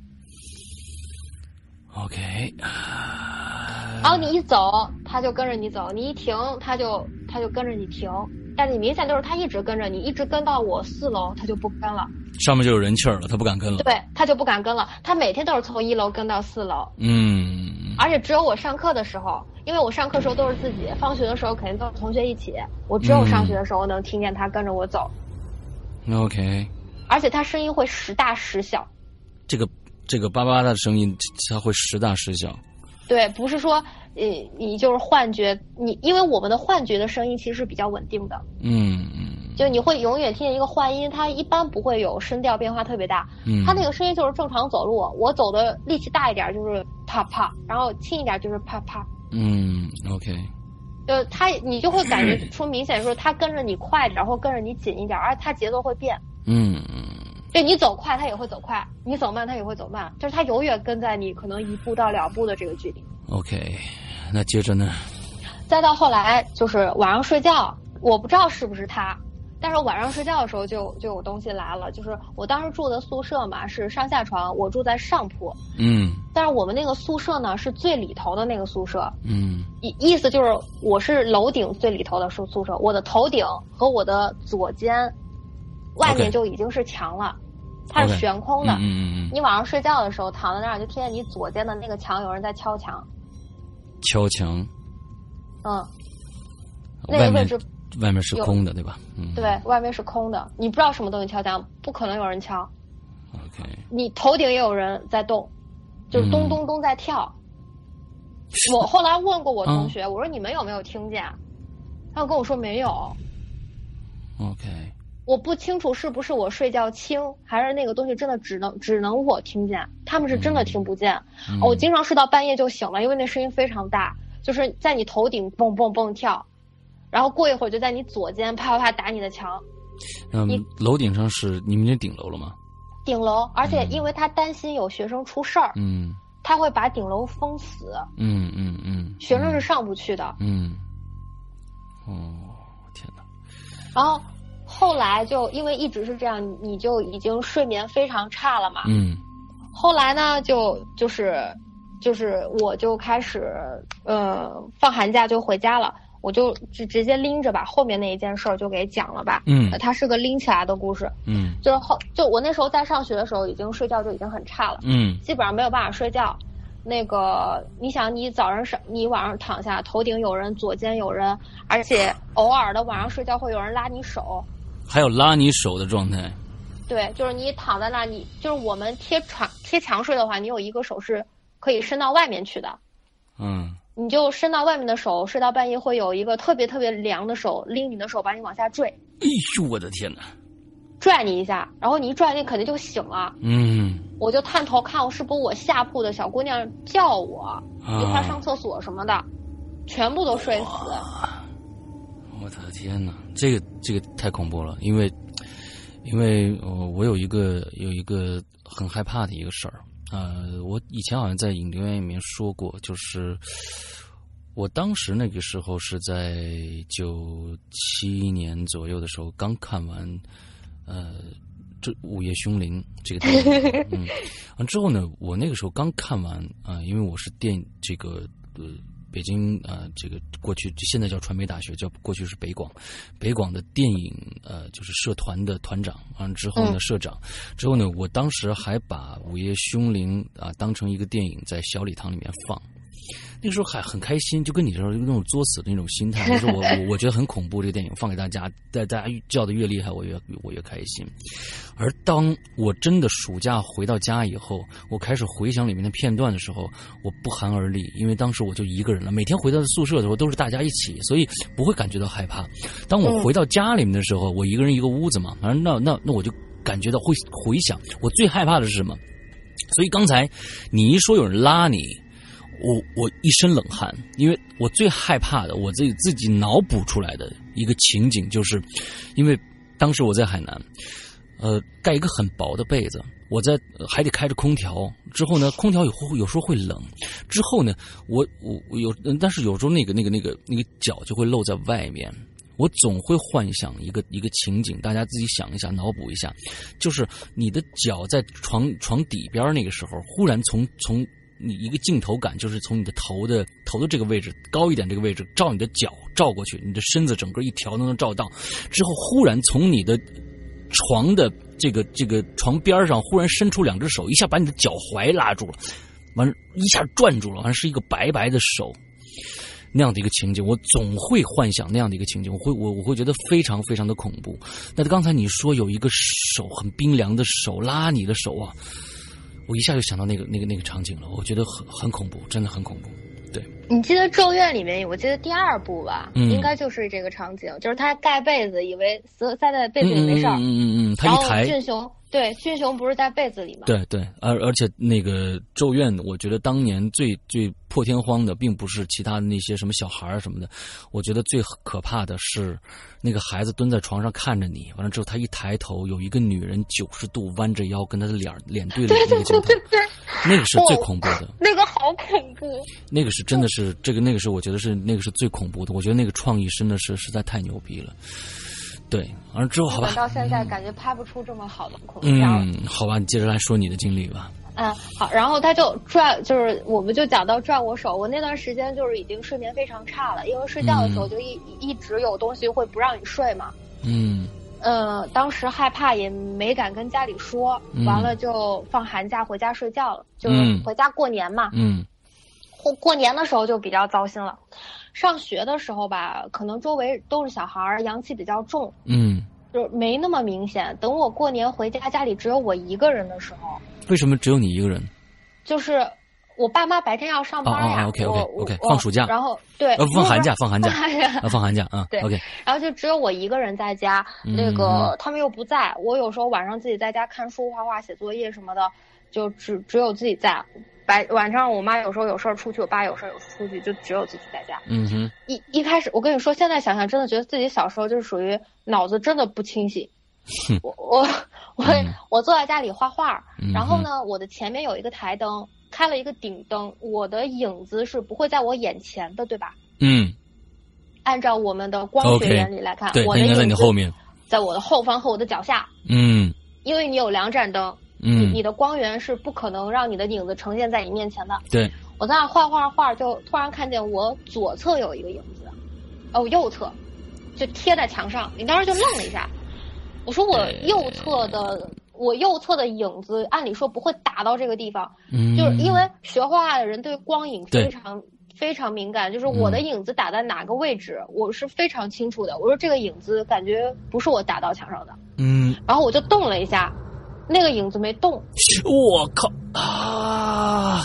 Speaker 1: OK，
Speaker 2: 然后你一走，他就跟着你走；你一停，他就他就跟着你停。但是你明显就是他一直跟着你，一直跟到我四楼，他就不跟了。
Speaker 1: 上面就有人气儿了，他不敢跟了。
Speaker 2: 对，他就不敢跟了。他每天都是从一楼跟到四楼。
Speaker 1: 嗯。
Speaker 2: 而且只有我上课的时候，因为我上课的时候都是自己，放学的时候肯定都是同学一起。我只有上学的时候能听见他跟着我走。
Speaker 1: 嗯、OK。
Speaker 2: 而且他声音会时大时小。
Speaker 1: 这个这个叭叭的声音，它会时大时小。
Speaker 2: 对，不是说。呃，你就是幻觉，你因为我们的幻觉的声音其实是比较稳定的，
Speaker 1: 嗯嗯，
Speaker 2: 就你会永远听见一个幻音，它一般不会有声调变化特别大，
Speaker 1: 嗯，
Speaker 2: 它那个声音就是正常走路，我走的力气大一点就是啪啪，然后轻一点就是啪啪，
Speaker 1: 嗯 ，OK，
Speaker 2: 就它你就会感觉出明显说它跟着你快点或跟着你紧一点，而它节奏会变，
Speaker 1: 嗯嗯，
Speaker 2: 对你走快它也会走快，你走慢它也会走慢，就是它永远跟在你可能一步到两步的这个距离。
Speaker 1: OK， 那接着呢？
Speaker 2: 再到后来就是晚上睡觉，我不知道是不是他，但是晚上睡觉的时候就就有东西来了。就是我当时住的宿舍嘛，是上下床，我住在上铺。
Speaker 1: 嗯。
Speaker 2: 但是我们那个宿舍呢是最里头的那个宿舍。
Speaker 1: 嗯。
Speaker 2: 意意思就是我是楼顶最里头的宿宿舍，我的头顶和我的左肩，外面就已经是墙了。Okay. 它是悬空的。
Speaker 1: 嗯嗯嗯。
Speaker 2: 你晚上睡觉的时候躺在那儿，就听见你左肩的那个墙有人在敲墙。
Speaker 1: 敲墙，
Speaker 2: 嗯，那个位置
Speaker 1: 外面是空的，对吧？嗯，
Speaker 2: 对，外面是空的，你不知道什么东西敲墙，不可能有人敲。
Speaker 1: OK，
Speaker 2: 你头顶也有人在动，就是咚咚咚在跳。嗯、我后来问过我同学，嗯、我说你们有没有听见？他跟我说没有。
Speaker 1: OK，
Speaker 2: 我不清楚是不是我睡觉轻，还是那个东西真的只能只能我听见，他们是真的听不见。
Speaker 1: 嗯、
Speaker 2: 我经常睡到半夜就醒了，因为那声音非常大，就是在你头顶蹦蹦蹦跳，然后过一会儿就在你左肩啪啪啪打你的墙。
Speaker 1: 嗯，楼顶上是你们那顶楼了吗？
Speaker 2: 顶楼，而且因为他担心有学生出事儿，
Speaker 1: 嗯，
Speaker 2: 他会把顶楼封死。
Speaker 1: 嗯嗯嗯，
Speaker 2: 学生是上不去的。
Speaker 1: 嗯，哦，天哪！
Speaker 2: 然后。后来就因为一直是这样，你就已经睡眠非常差了嘛。
Speaker 1: 嗯。
Speaker 2: 后来呢，就就是就是我就开始呃放寒假就回家了，我就直直接拎着把后面那一件事儿就给讲了吧。
Speaker 1: 嗯。
Speaker 2: 它是个拎起来的故事。
Speaker 1: 嗯。
Speaker 2: 就是后就我那时候在上学的时候，已经睡觉就已经很差了。
Speaker 1: 嗯。
Speaker 2: 基本上没有办法睡觉。那个，你想，你早上上，你晚上躺下，头顶有人，左肩有人，而且偶尔的晚上睡觉会有人拉你手。
Speaker 1: 还有拉你手的状态，
Speaker 2: 对，就是你躺在那儿，你就是我们贴床贴墙睡的话，你有一个手是可以伸到外面去的。
Speaker 1: 嗯。
Speaker 2: 你就伸到外面的手，睡到半夜会有一个特别特别凉的手拎你的手，把你往下坠。
Speaker 1: 哎呦，我的天哪！
Speaker 2: 拽你一下，然后你一拽，你肯定就醒了。
Speaker 1: 嗯。
Speaker 2: 我就探头看，我是不是我下铺的小姑娘叫我、啊、一块上厕所什么的，全部都睡死。
Speaker 1: 我的天哪，这个这个太恐怖了，因为因为、呃、我有一个有一个很害怕的一个事儿。呃，我以前好像在影留言里面说过，就是我当时那个时候是在九七年左右的时候，刚看完呃这《午夜凶铃》这个电影，嗯，完之后呢，我那个时候刚看完啊、呃，因为我是电这个呃北京啊、呃、这个过去现在叫传媒大学，叫过去是北广，北广的电影呃就是社团的团长啊，之后呢社长，之后呢，我当时还把《午夜凶铃》啊、呃、当成一个电影在小礼堂里面放。那个时候还很开心，就跟你这种那种作死的那种心态，就是我我我觉得很恐怖，这个电影放给大家，大家叫的越厉害，我越我越开心。而当我真的暑假回到家以后，我开始回想里面的片段的时候，我不寒而栗，因为当时我就一个人了，每天回到宿舍的时候都是大家一起，所以不会感觉到害怕。当我回到家里面的时候，我一个人一个屋子嘛，反正那那那我就感觉到会回想，我最害怕的是什么？所以刚才你一说有人拉你。我我一身冷汗，因为我最害怕的，我自己自己脑补出来的一个情景，就是因为当时我在海南，呃，盖一个很薄的被子，我在还得开着空调，之后呢，空调有有时候会冷，之后呢，我我我有，但是有时候那个那个那个那个脚就会露在外面。我总会幻想一个一个情景，大家自己想一下，脑补一下，就是你的脚在床床底边那个时候，忽然从从你一个镜头感，就是从你的头的头的这个位置高一点这个位置照你的脚照过去，你的身子整个一条都能照到，之后忽然从你的床的这个这个床边上忽然伸出两只手，一下把你的脚踝拉住了，完一下转住了，完是一个白白的手。那样的一个情景，我总会幻想那样的一个情景，我会我我会觉得非常非常的恐怖。那刚才你说有一个手很冰凉的手拉你的手啊，我一下就想到那个那个那个场景了，我觉得很很恐怖，真的很恐怖。对，
Speaker 2: 你记得《咒怨》里面，我记得第二部吧，嗯、应该就是这个场景，就是他盖被子，以为塞塞在被子里没事儿，
Speaker 1: 嗯嗯嗯嗯，他一抬，
Speaker 2: 俊雄对俊雄不是在被子里吗？
Speaker 1: 对对，而而且那个《咒怨》，我觉得当年最最破天荒的，并不是其他的那些什么小孩什么的，我觉得最可怕的是那个孩子蹲在床上看着你，完了之后他一抬头，有一个女人九十度弯着腰跟他的脸脸对脸那个镜头，
Speaker 2: 对对对，
Speaker 1: 那个是最恐怖的，
Speaker 2: 那个好恐怖，
Speaker 1: 那个是真的是这个那个是我觉得是那个是最恐怖的，我觉得那个创意真的是实在太牛逼了。对，完了之后好吧，
Speaker 2: 到现在感觉拍不出这么好的恐怖片了。
Speaker 1: 嗯，好吧，你接着来说你的经历吧。
Speaker 2: 嗯，好，然后他就拽，就是我们就讲到拽我手，我那段时间就是已经睡眠非常差了，因为睡觉的时候就一、嗯、一直有东西会不让你睡嘛。嗯。呃，当时害怕也没敢跟家里说，嗯、完了就放寒假回家睡觉了，就是回家过年嘛。嗯。过过年的时候就比较糟心了。上学的时候吧，可能周围都是小孩儿，阳气比较重，嗯，就没那么明显。等我过年回家，家里只有我一个人的时候，
Speaker 1: 为什么只有你一个人？
Speaker 2: 就是我爸妈白天要上班呀。
Speaker 1: 哦、OK OK OK， 放暑假，
Speaker 2: 然后对，
Speaker 1: 呃，放寒假，放寒假，啊，放寒假啊。
Speaker 2: 对
Speaker 1: ，OK。
Speaker 2: 然后就只有我一个人在家，
Speaker 1: 嗯、
Speaker 2: 那个他们又不在，我有时候晚上自己在家看书、画画、写作业什么的，就只只有自己在。白晚上我妈有时候有事儿出去，我爸有事儿有出去，就只有自己在家。嗯哼。一一开始我跟你说，现在想想真的觉得自己小时候就是属于脑子真的不清醒。我我我、嗯、我坐在家里画画，然后呢，我的前面有一个台灯，开了一个顶灯，我的影子是不会在我眼前的，对吧？嗯。按照我们的光学原理来看，
Speaker 1: okay,
Speaker 2: 我的影子
Speaker 1: 应该在你后面，
Speaker 2: 在我的后方和我的脚下。嗯。因为你有两盏灯。嗯，你你的光源是不可能让你的影子呈现在你面前的。
Speaker 1: 对，
Speaker 2: 我在那画画画，就突然看见我左侧有一个影子，哦，右侧就贴在墙上。你当时就愣了一下，我说我右侧的我右侧的影子，按理说不会打到这个地方，嗯，就是因为学画画的人对光影非常非常敏感，就是我的影子打在哪个位置，嗯、我是非常清楚的。我说这个影子感觉不是我打到墙上的，
Speaker 1: 嗯，
Speaker 2: 然后我就动了一下，那个影子没动。
Speaker 1: 我靠啊！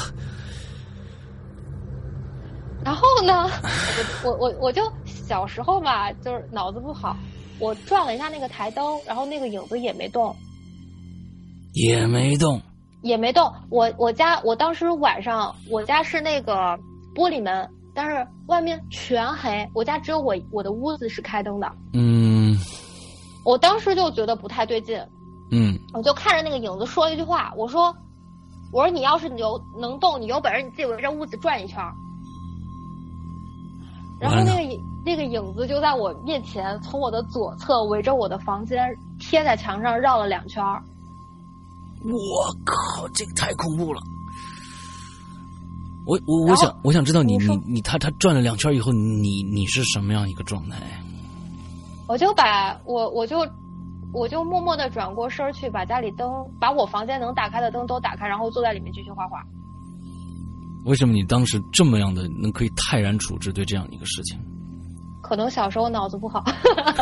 Speaker 2: 然后呢，我我我就小时候吧，就是脑子不好，我转了一下那个台灯，然后那个影子也没动，
Speaker 1: 也没动。
Speaker 2: 也没动，我我家我当时晚上我家是那个玻璃门，但是外面全黑，我家只有我我的屋子是开灯的。
Speaker 1: 嗯，
Speaker 2: 我当时就觉得不太对劲。
Speaker 1: 嗯，
Speaker 2: 我就看着那个影子说了一句话，我说我说你要是有能动，你有本事你自己围着屋子转一圈。然后那个那个影子就在我面前，从我的左侧围着我的房间贴在墙上绕了两圈。
Speaker 1: 我靠，这个太恐怖了！我我我想我想知道你你你他他转了两圈以后，你你是什么样一个状态？
Speaker 2: 我就把我我就我就默默的转过身去，把家里灯，把我房间能打开的灯都打开，然后坐在里面继续画画。
Speaker 1: 为什么你当时这么样的能可以泰然处之对这样一个事情？
Speaker 2: 可能小时候脑子不好。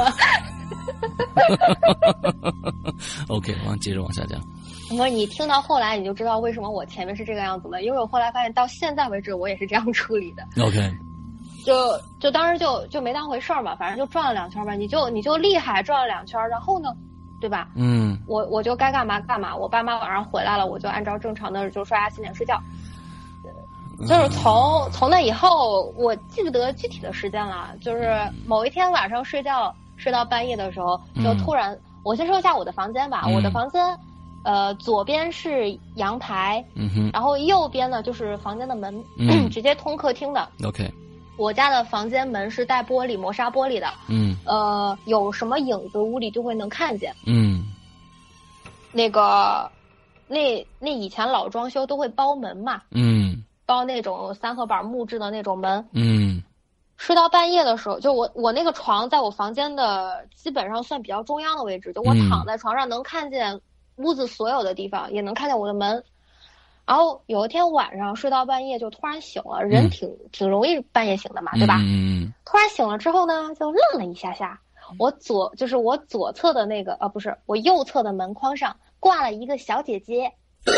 Speaker 1: OK， 往接着往下讲。
Speaker 2: 那么你听到后来你就知道为什么我前面是这个样子了，因为我后来发现到现在为止我也是这样处理的。
Speaker 1: OK，
Speaker 2: 就就当时就就没当回事儿嘛，反正就转了两圈吧，你就你就厉害转了两圈，然后呢，对吧？
Speaker 1: 嗯，
Speaker 2: 我我就该干嘛干嘛，我爸妈晚上回来了，我就按照正常的就刷牙洗脸睡觉。就是从从那以后，我记不得具体的时间了，就是某一天晚上睡觉睡到半夜的时候，就突然，嗯、我先说一下我的房间吧，嗯、我的房间。呃，左边是阳台，
Speaker 1: 嗯哼，
Speaker 2: 然后右边呢就是房间的门，
Speaker 1: 嗯、
Speaker 2: 直接通客厅的。
Speaker 1: OK，
Speaker 2: 我家的房间门是带玻璃磨砂玻璃的，
Speaker 1: 嗯，
Speaker 2: 呃，有什么影子屋里就会能看见，
Speaker 1: 嗯，
Speaker 2: 那个，那那以前老装修都会包门嘛，
Speaker 1: 嗯，
Speaker 2: 包那种三合板木质的那种门，
Speaker 1: 嗯，
Speaker 2: 睡到半夜的时候，就我我那个床在我房间的基本上算比较中央的位置，就我躺在床上能看见屋子所有的地方，也能看见我的门。然后有一天晚上睡到半夜就突然醒了，人挺、嗯、挺容易半夜醒的嘛，对吧？
Speaker 1: 嗯。
Speaker 2: 突然醒了之后呢，就愣了一下下。我左就是我左侧的那个呃不是我右侧的门框上挂了一个小姐姐，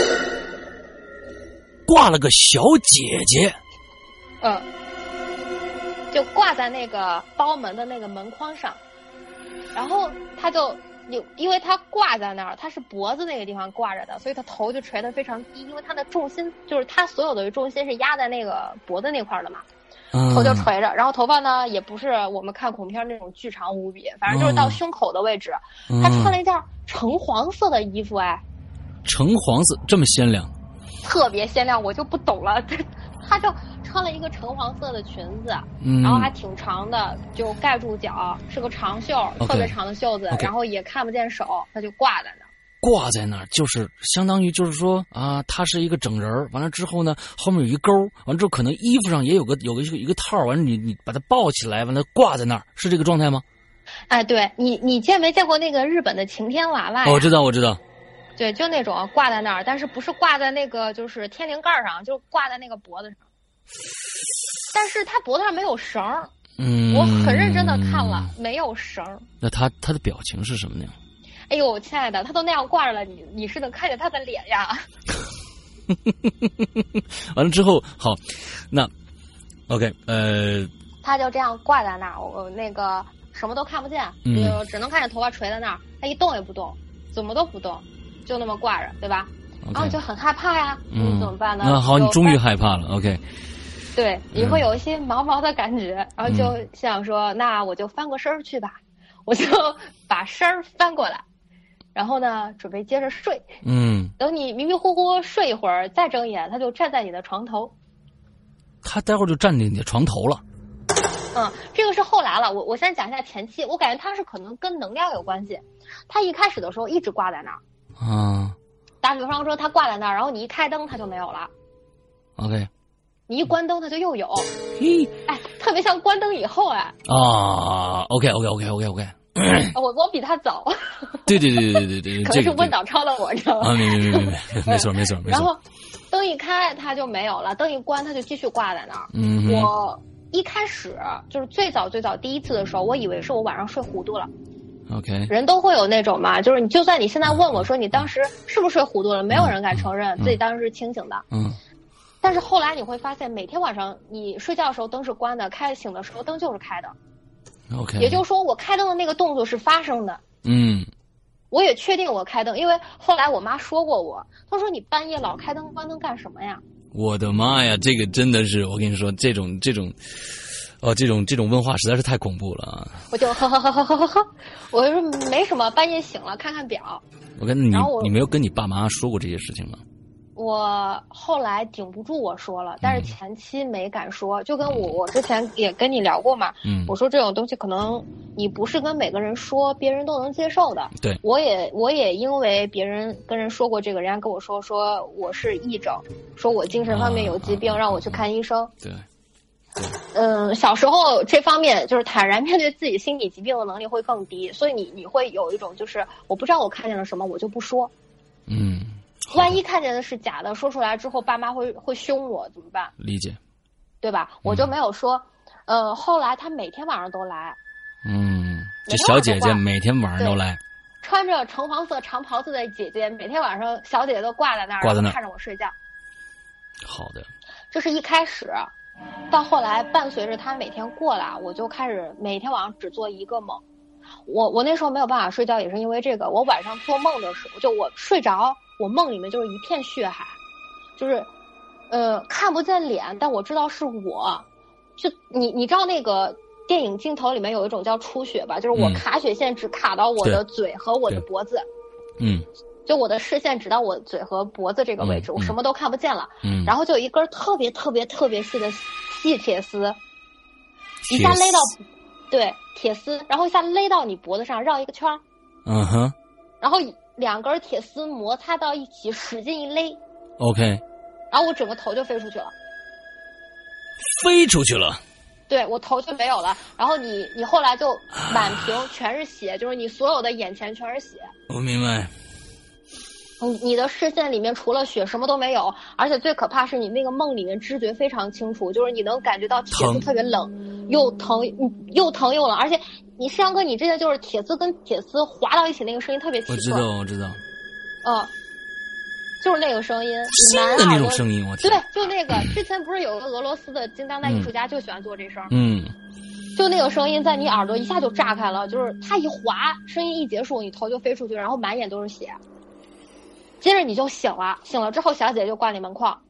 Speaker 1: 挂了个小姐姐，
Speaker 2: 嗯，就挂在那个包门的那个门框上，然后他就。有，因为它挂在那儿，它是脖子那个地方挂着的，所以它头就垂得非常低，因为它的重心就是它所有的重心是压在那个脖子那块的嘛，
Speaker 1: 嗯、
Speaker 2: 头就垂着，然后头发呢也不是我们看恐怖片那种巨长无比，反正就是到胸口的位置。
Speaker 1: 嗯、
Speaker 2: 他穿了一件橙黄色的衣服，哎，
Speaker 1: 橙黄色这么鲜亮，
Speaker 2: 特别鲜亮，我就不懂了，他就穿了一个橙黄色的裙子，
Speaker 1: 嗯、
Speaker 2: 然后还挺长的，就盖住脚，是个长袖，
Speaker 1: okay,
Speaker 2: 特别长的袖子，
Speaker 1: okay.
Speaker 2: 然后也看不见手，他就挂在那儿。
Speaker 1: 挂在那儿就是相当于就是说啊，它是一个整人儿，完了之后呢，后面有一钩，完了之后可能衣服上也有个有个一个套，完了你你把它抱起来，完了挂在那儿，是这个状态吗？
Speaker 2: 哎，对你你见没见过那个日本的晴天娃娃呀？
Speaker 1: 哦，我知道我知道。
Speaker 2: 对，就那种挂在那儿，但是不是挂在那个就是天灵盖上，就挂在那个脖子上。但是他脖子上没有绳儿，
Speaker 1: 嗯，
Speaker 2: 我很认真的看了，没有绳儿。
Speaker 1: 那他他的表情是什么呢？
Speaker 2: 哎呦，亲爱的，他都那样挂着了，你你是能看见他的脸呀？
Speaker 1: 完了之后，好，那 OK， 呃，
Speaker 2: 他就这样挂在那儿，我那个什么都看不见，
Speaker 1: 嗯，
Speaker 2: 就只能看见头发垂在那儿，他一动也不动，怎么都不动，就那么挂着，对吧？
Speaker 1: Okay,
Speaker 2: 然后就很害怕呀，
Speaker 1: 嗯，
Speaker 2: 怎么办呢？
Speaker 1: 那好，你终于害怕了 ，OK。
Speaker 2: 对，你会有一些毛毛的感觉，
Speaker 1: 嗯、
Speaker 2: 然后就想说，那我就翻过身去吧，我就把身儿翻过来，然后呢，准备接着睡。
Speaker 1: 嗯，
Speaker 2: 等你迷迷糊糊睡一会儿，再睁眼，他就站在你的床头。
Speaker 1: 他待会儿就站在你的床头了。
Speaker 2: 嗯，这个是后来了，我我先讲一下前期，我感觉他是可能跟能量有关系。他一开始的时候一直挂在那儿。
Speaker 1: 啊。
Speaker 2: 打比方说，他挂在那儿，然后你一开灯，他就没有了。
Speaker 1: OK。
Speaker 2: 你一关灯，它就又有。
Speaker 1: 嘿，
Speaker 2: 哎，特别像关灯以后哎。
Speaker 1: 啊 ，OK OK OK OK OK，
Speaker 2: 我我比他早。
Speaker 1: 对对对对对对，
Speaker 2: 可能是温导超了我，知道吗？
Speaker 1: 啊，没没没没没，没错没错没错。
Speaker 2: 然后灯一开它就没有了，灯一关它就继续挂在那儿。
Speaker 1: 嗯，
Speaker 2: 我一开始就是最早最早第一次的时候，我以为是我晚上睡糊涂了。
Speaker 1: OK，
Speaker 2: 人都会有那种嘛，就是你就算你现在问我说你当时是不是睡糊涂了，没有人敢承认自己当时是清醒的。
Speaker 1: 嗯。
Speaker 2: 但是后来你会发现，每天晚上你睡觉的时候灯是关的，开醒的时候灯就是开的。
Speaker 1: OK，
Speaker 2: 也就是说我开灯的那个动作是发生的。
Speaker 1: 嗯，
Speaker 2: 我也确定我开灯，因为后来我妈说过我，她说你半夜老开灯关灯干什么呀？
Speaker 1: 我的妈呀，这个真的是，我跟你说，这种这种，哦，这种这种问话实在是太恐怖了啊！
Speaker 2: 我就呵呵呵呵呵呵呵，我就说没什么，半夜醒了看看表。
Speaker 1: 我跟你，你没有跟你爸妈说过这些事情吗？
Speaker 2: 我后来顶不住我说了，但是前期没敢说，就跟我我之前也跟你聊过嘛，嗯，我说这种东西可能你不是跟每个人说别人都能接受的。
Speaker 1: 对，我
Speaker 2: 也我也因为别人跟人说过这个，人家跟我说说我是癔症，说我精神方面有疾病，啊、让我去看医生。
Speaker 1: 对，
Speaker 2: 嗯，小时候这方面就是坦然面对自己心理疾病的能力会更低，所以你你会有一种就是我不知道我看见了什么，我就不说。
Speaker 1: 嗯。
Speaker 2: 万一看见的是假的，说出来之后爸妈会会凶我怎么办？
Speaker 1: 理解，
Speaker 2: 对吧？我就没有说。嗯、呃，后来他每天晚上都来。
Speaker 1: 嗯，这小姐姐每天晚上都来，
Speaker 2: 穿着橙黄色长袍子的姐姐，每天晚上小姐姐都挂在那儿，
Speaker 1: 挂在那儿
Speaker 2: 看着我睡觉。
Speaker 1: 好的，
Speaker 2: 这是一开始，到后来伴随着他每天过来，我就开始每天晚上只做一个梦。我我那时候没有办法睡觉，也是因为这个。我晚上做梦的时候，就我睡着。我梦里面就是一片血海，就是，呃，看不见脸，但我知道是我。就你你知道那个电影镜头里面有一种叫出血吧，就是我卡血线只卡到我的嘴和我的脖子，
Speaker 1: 嗯，
Speaker 2: 就我的视线只到我嘴和脖子这个位置，
Speaker 1: 嗯、
Speaker 2: 我什么都看不见了。
Speaker 1: 嗯，
Speaker 2: 然后就有一根特别特别特别细的细铁丝，一下勒到，对，铁丝，然后一下勒到你脖子上，绕一个圈。
Speaker 1: 嗯哼，
Speaker 2: 然后。两根铁丝摩擦到一起，使劲一勒
Speaker 1: ，OK，
Speaker 2: 然后我整个头就飞出去了，
Speaker 1: 飞出去了，
Speaker 2: 对我头就没有了。然后你你后来就满屏全是血，就是你所有的眼前全是血。
Speaker 1: 我明白。
Speaker 2: 你你的视线里面除了血什么都没有，而且最可怕是你那个梦里面知觉非常清楚，就是你能感觉到铁丝特别冷，又疼又疼又冷，而且你山哥你这些就是铁丝跟铁丝划到一起那个声音特别奇怪。
Speaker 1: 我知道我知道。
Speaker 2: 嗯，就是那个声音，
Speaker 1: 新的那种声音，我
Speaker 2: 对，就那个之前不是有个俄罗斯的金当代艺术家就喜欢做这声，
Speaker 1: 嗯，
Speaker 2: 就那个声音在你耳朵一下就炸开了，就是它一滑，声音一结束，你头就飞出去，然后满眼都是血。接着你就醒了，醒了之后小姐姐就挂你门框，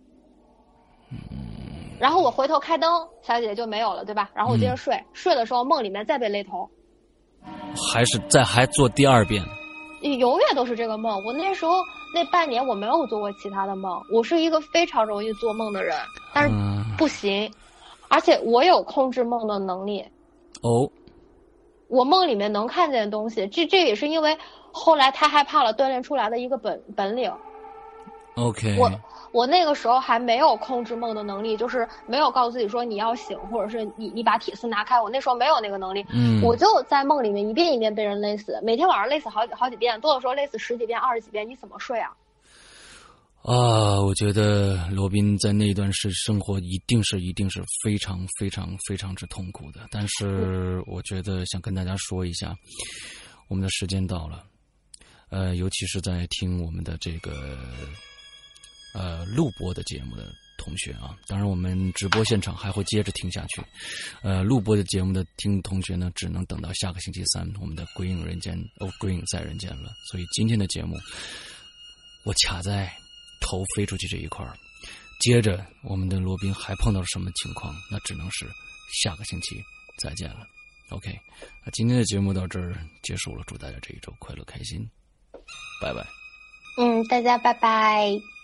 Speaker 2: 然后我回头开灯，小姐姐就没有了，对吧？然后我接着睡，嗯、睡的时候梦里面再被勒头，
Speaker 1: 还是再还做第二遍，
Speaker 2: 永远都是这个梦。我那时候那半年我没有做过其他的梦，我是一个非常容易做梦的人，但是不行，嗯、而且我有控制梦的能力。
Speaker 1: 哦，
Speaker 2: 我梦里面能看见东西，这这也是因为。后来太害怕了，锻炼出来的一个本本领。
Speaker 1: OK，
Speaker 2: 我我那个时候还没有控制梦的能力，就是没有告诉自己说你要醒，或者是你你把铁丝拿开。我那时候没有那个能力，
Speaker 1: 嗯，
Speaker 2: 我就在梦里面一遍一遍被人勒死，每天晚上勒死好几好几遍，多的时候勒死十几遍、二十几遍，你怎么睡啊？
Speaker 1: 啊，我觉得罗宾在那段是生活一定是一定是非常非常非常之痛苦的，但是我觉得想跟大家说一下，我们的时间到了。呃，尤其是在听我们的这个呃录播的节目的同学啊，当然我们直播现场还会接着听下去。呃，录播的节目的听同学呢，只能等到下个星期三，我们的《鬼影人间》哦，《鬼影在人间》了。所以今天的节目，我卡在头飞出去这一块儿。接着，我们的罗宾还碰到了什么情况？那只能是下个星期再见了。OK， 那今天的节目到这儿结束了，祝大家这一周快乐开心。拜拜。
Speaker 2: 嗯，大家拜拜。